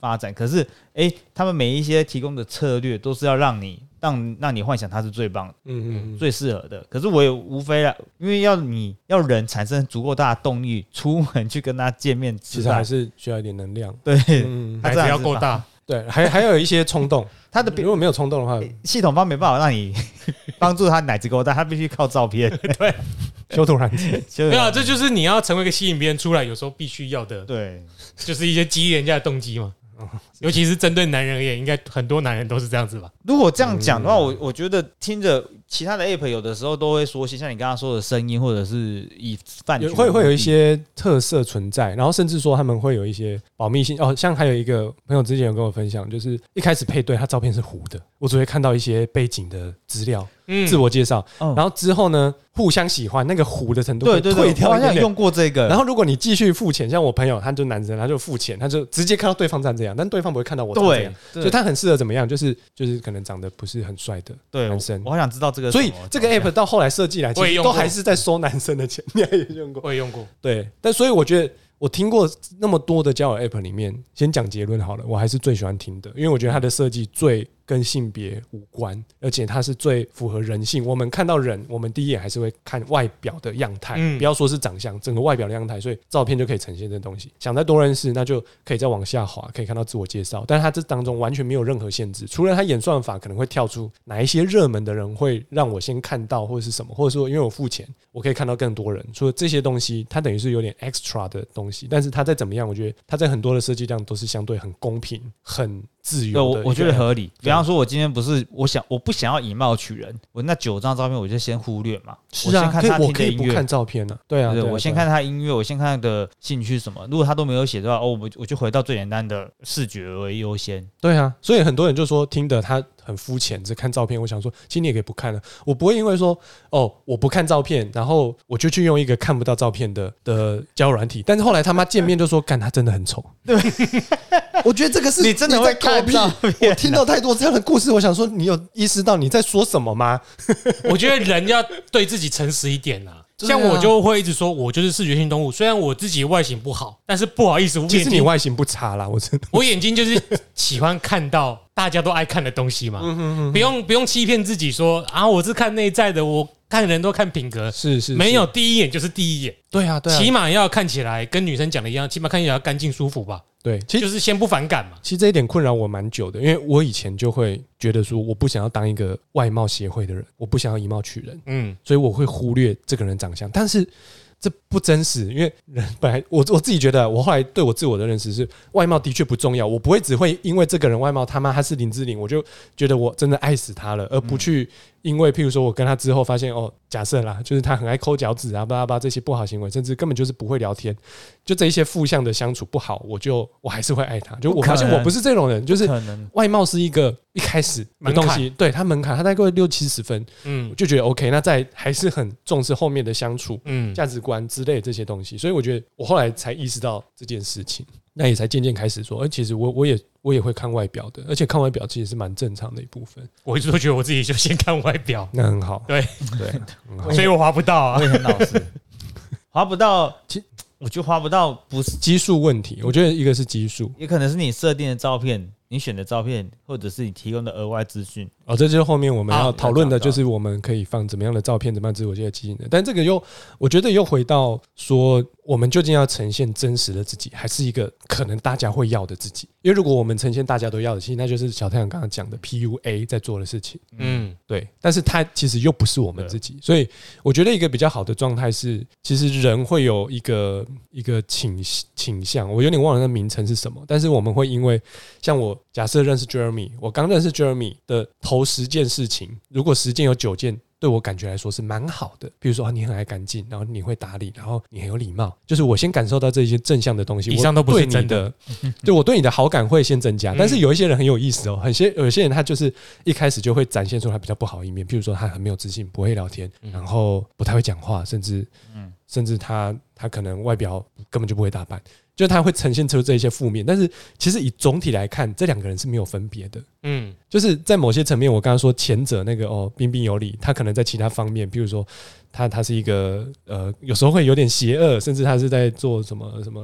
发展。可是，他们每一些提供的策略都是要让你幻想它是最棒的，最适合的。可是我也无非啦，因为要人产生足够大的动力，出门去跟他见面， 其实还是需要一点能量。 对， 孩子要够大。 对，还有一些冲动。如果没有冲动的话， 系统方没办法让你帮助他奶子够大，他必须靠照片。 对， 修图软件。 没有，这就是你要成为一个吸引别人出来，有时候必须要的。 对， 就是一些激励人家的动机嘛。尤其是针对男人而言，应该很多男人都是这样子吧。 如果这样讲的话，我觉得听着其他的 app 有的时候都会说些像你刚刚说的声音，或者是以饭局会有一些特色存在，然后甚至说他们会有一些保密性。像还有一个朋友之前有跟我分享，就是一开始配对他照片是糊的，我只会看到一些背景的资料、自我介绍，然后之后呢互相喜欢，那个糊的程度会退掉。 我好像用过这个。 然后如果你继续付钱，像我朋友他就男生，他就付钱，他就直接看到对方长这样，但对方不会看到我长这样，所以他很适合怎么样？就是可能长得不是很帅的男生。 我好想知道这个。 所以这个 app 到后来设计来，其实都还是在收男生的钱。你也用过？ 我也用过。 对，但所以我觉得。我听过那么多的交友 app 里面，先讲结论好了，我还是最喜欢听的，因为我觉得它的设计最跟性别无关，而且它是最符合人性。我们看到人，我们第一眼还是会看外表的样态，不要说是长相，整个外表的样态，所以照片就可以呈现这东西。想再多认识，那就可以再往下滑，可以看到自我介绍，但是它这当中完全没有任何限制，除了它演算法可能会跳出哪一些热门的人会让我先看到，或者是什么，或者说因为我付钱，我可以看到更多人。除了这些东西，它等于是有点 extra 的东西，但是它再怎么样，我觉得它在很多的设计量都是相对很公平、很自由的。 我觉得合理。比方说，我今天不是我不想要以貌取人，我那9张照片我就先忽略嘛。 是啊， 我先看他我可以不看照片啊。对啊， 我先看他音乐，我先看他的兴趣什么。如果他都没有写的话，我就回到最简单的视觉为优先。 对啊，所以很多人就说听的他很肤浅，只看照片。我想说，其实你也可以不看了。我不会因为说我不看照片，然后我就去用一个看不到照片的交友软体。但是后来他妈见面就说，干他真的很丑。对，我觉得这个是你真的会看照片。 我听到太多这样的故事，我想说，你有意识到你在说什么吗？ 我觉得人要对自己诚实一点啊。像我就会一直说，我就是视觉性动物。虽然我自己外形不好，但是不好意思， 其实你外形不差啦， 我眼睛就是喜欢看到大家都爱看的东西嘛。不用欺骗自己说啊，我是看内在的，我看人都看品格。 是没有第一眼就是第一眼。 对啊， 起码要看起来跟女生讲的一样，起码看起来要干净舒服吧。 对，其实就是先不反感嘛。 其实这一点困扰我蛮久的，因为我以前就会觉得说，我不想要当一个外貌协会的人，我不想要以貌取人，所以我会忽略这个人长相，但是这不真实，因为人本来我自己觉得，我后来对我自我的认识是，外貌的确不重要，我不会只会因为这个人外貌他是林志玲，我就觉得我真的爱死他了，而不去因为譬如说我跟他之后发现假设啦，就是他很爱抠脚趾啊，巴拉巴拉这些不好行为，甚至根本就是不会聊天，就这一些负向的相处不好，我还是会爱他。就我发现我不是这种人，就是外貌是一个一开始的东西，对他门槛，他大概60-70分，我就觉得 OK。那在还是很重视后面的相处，价值观之类的这些东西，所以我觉得我后来才意识到这件事情。那也才渐渐开始说，其实我也会看外表的，而且看外表其实是蛮正常的一部分。 我一直都觉得我自己就先看外表， 那很好。 对，所以我滑不到啊， 我也很老实，滑不到。我觉得滑不到不是基数问题，我觉得一个是基数， 也可能是你设定的照片，你选的照片，或者是你提供的额外资讯。 这就是后面我们要讨论的，就是我们可以放怎么样的照片，怎么样自我介绍吸引人。但这个我觉得又回到说，我们究竟要呈现真实的自己，还是一个可能大家会要的自己？因为如果我们呈现大家都要的，其实那就是小太阳刚刚讲的 PUA 在做的事情。对。但是它其实又不是我们自己，所以我觉得一个比较好的状态是，其实人会有一个倾向，我有点忘了那名称是什么，但是我们会因为像我假设认识 Jeremy， 我刚认识 Jeremy 的头10件事情，如果10件有9件对我感觉来说是蛮好的，比如说你很爱干净，然后你会打理，然后你很有礼貌，就是我先感受到这些正向的东西， 以上都不是真的， 对我对你的好感会先增加。但是有一些人很有意思有些人他就是一开始就会展现出他比较不好一面，譬如说他很没有自信，不会聊天，然后不太会讲话，甚至他可能外表根本就不会打扮，就他会呈现出这一些负面。但是其实以总体来看，这2个人是没有分别的。就是在某些层面，我刚刚说前者那个彬彬有礼，他可能在其他方面，比如说他是一个有时候会有点邪恶，甚至他是在做什么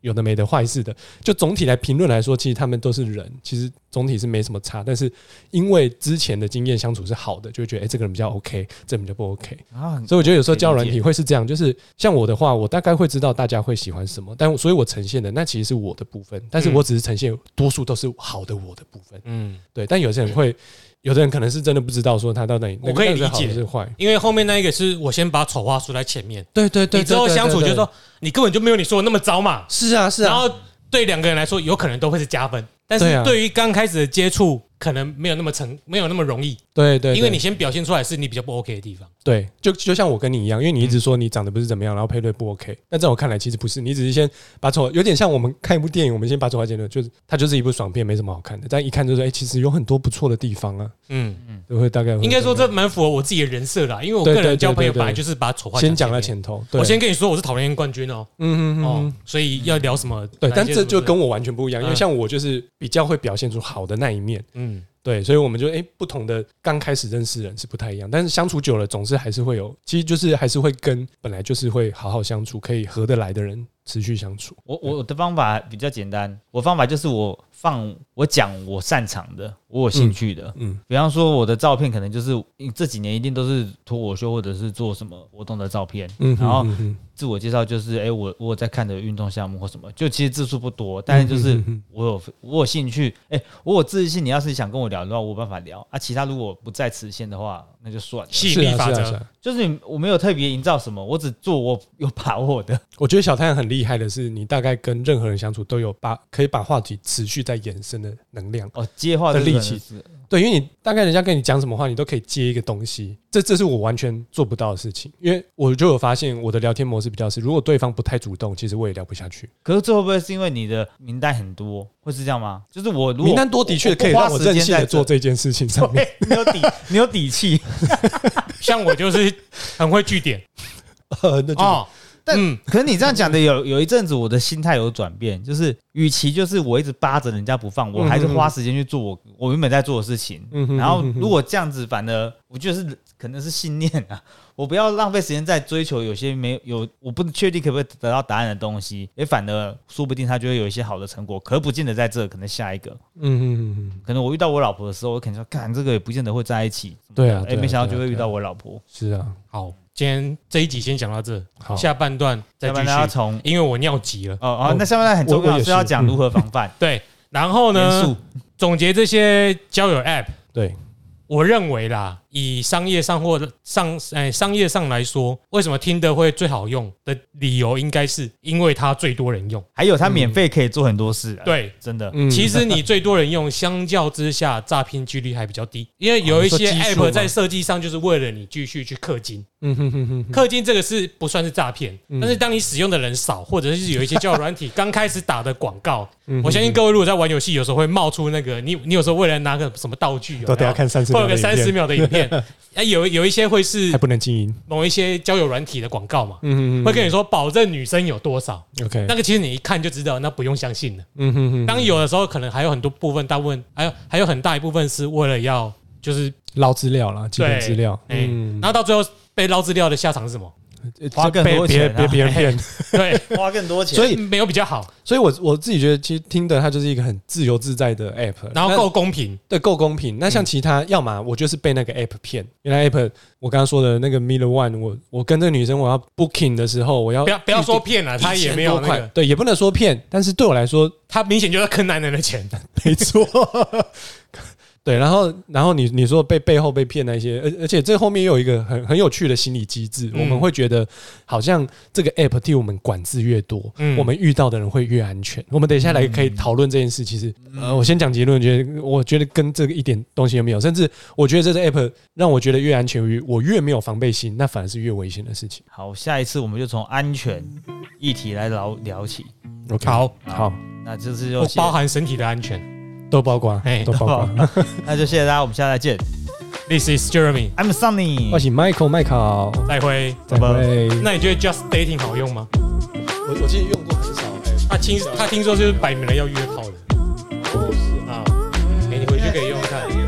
有的没的坏事的。就总体来评论来说，其实他们都是人，其实总体是没什么差。但是因为之前的经验相处是好的，就会觉得这个人比较 OK， 这个人比较不 OK。所以我觉得有时候交友软体会是这样，就是像我的话，我大概会知道大家会喜欢什么，所以我呈现的那其实是我的部分，但是我只是呈现多数都是好的我的部分。对。但有些人会。有的人可能是真的不知道说他到底， 我可以理解是坏， 因为后面那一个是我先把丑话说在前面， 对， 你之后相处就是说你根本就没有你说的那么糟嘛， 是啊， 然后对2个人来说有可能都会是加分，但是对于刚开始的接触可能没有那么容易， 对， 因为你先表现出来是你比较不 OK 的地方， 对，就像我跟你一样，因为你一直说你长得不是怎么样，然后配对不 OK， 但在我看来其实不是，你只是先把丑，有点像我们看一部电影，我们先把丑话讲了，就是它就是一部爽片，没什么好看的，但一看就是其实有很多不错的地方啊，就会大概应该说这蛮符合我自己的人设啦，因为我个人交朋友本来就是把丑话先讲在前头， 我先跟你说我是讨厌冠军哦，所以要聊什么？ 对，但这就跟我完全不一样，因为像我就是比较会表现出好的那一面，对，所以我们就不同的刚开始认识人是不太一样，但是相处久了，总是还是会有，其实就是还是会跟本来就是会好好相处，可以合得来的人持续相处。 我的方法比较简单，我方法就是我讲我擅长的，我有兴趣的，比方说我的照片可能就是这几年一定都是脱口秀或者是做什么活动的照片，然后自我介绍就是我有在看的运动项目或什么，就其实字数不多，但是就是我有兴趣，我有自信，你要是想跟我聊的话，我有办法聊啊。其他如果不在此限的话，那就算了。 吸引力法则就是我没有特别营造什么，我只做我有把握的。 我觉得小太阳很厉害的是，你大概跟任何人相处都有可以把话题持续在延伸的能量接话的力气。对，因为你大概人家跟你讲什么话，你都可以接一个东西，这是我完全做不到的事情。因为我就有发现，我的聊天模式比较是，如果对方不太主动，其实我也聊不下去。 可是这会不会是因为你的名单很多，会是这样吗？就是我如果名单多，的确可以让我任性的做这件事情上面， 你有底气。 像我就是很会句点， 那就。 但可是你这样讲的有一阵子，我的心态有转变，就是与其就是我一直扒着人家不放，我还是花时间去做我原本在做的事情。然后如果这样子，反而我觉得是可能是信念啊，我不要浪费时间在追求有些我不确定可不可以得到答案的东西，反而说不定他就会有一些好的成果，可不见得在这，可能下一个。可能我遇到我老婆的时候，我可能说，看这个也不见得会在一起。 对啊， 没想到就会遇到我老婆。 是啊， 好。今天这一集先讲到这，下半段再继续。因为我尿急了。 那下半段很重要，是要讲如何防范。 对，然后呢，总结这些交友 App。 对， 我认为啦，以商业上或商业上来说，为什么Tinder会最好用的理由，应该是因为它最多人用， 还有它免费可以做很多事。 对， 真的。 其实你最多人用，相较之下，诈骗几率还比较低，因为有一些 App 在设计上就是为了你继续去氪金。氪金这个是不算是诈骗，但是当你使用的人少，或者是有一些交友软体刚开始打的广告，我相信各位如果在玩游戏，有时候会冒出那个你有时候为了拿个什么道具， 都得要看30秒， 或者个30秒的影片。有一些会是还不能经营某一些交友软体的广告嘛，会跟你说保证女生有多少，OK， 那个其实你一看就知道，那不用相信了。当有的时候可能还有很多部分，大部分还有很大一部分是为了要就是捞资料啦，基本资料， 然后到最后被捞资料的下场是什么？ 花更多钱， 别人骗， 对， 花更多钱， 所以没有比较好。 所以我自己觉得，其实Tinder它就是一个很自由自在的 app， 然后够公平， 对，够公平。那像其他，要么我就是被那个 app 骗。原来 app 我刚刚说的那个 Miller One， 我跟这个女生我要 booking 的时候，我要不要说骗了，他也没有那个， 对，也不能说骗，但是对我来说， 他明显就是坑男人的钱， 没错。对，然后你说背后被骗那些，而且这后面又有一个很有趣的心理机制，我们会觉得好像这个 app 替我们管制越多，我们遇到的人会越安全。我们等一下来可以讨论这件事。其实，我先讲结论，我觉得跟这个一点东西都没有，甚至我觉得这个 app 让我觉得越安全，我越没有防备心，那反而是越危险的事情。 好，下一次我们就从安全议题来聊起。 OK， 好， 那就是包含身体的安全。 都包括，都包括。 那就谢谢大家，我们下次再见。 This is Jeremy, I'm Sunny， 我是 Michael， 麦考， 再会。那你觉得 Just Dating 好用吗？ 我其实用过很少。 他听说就是摆明了要约炮的。是啊，你回去可以用看。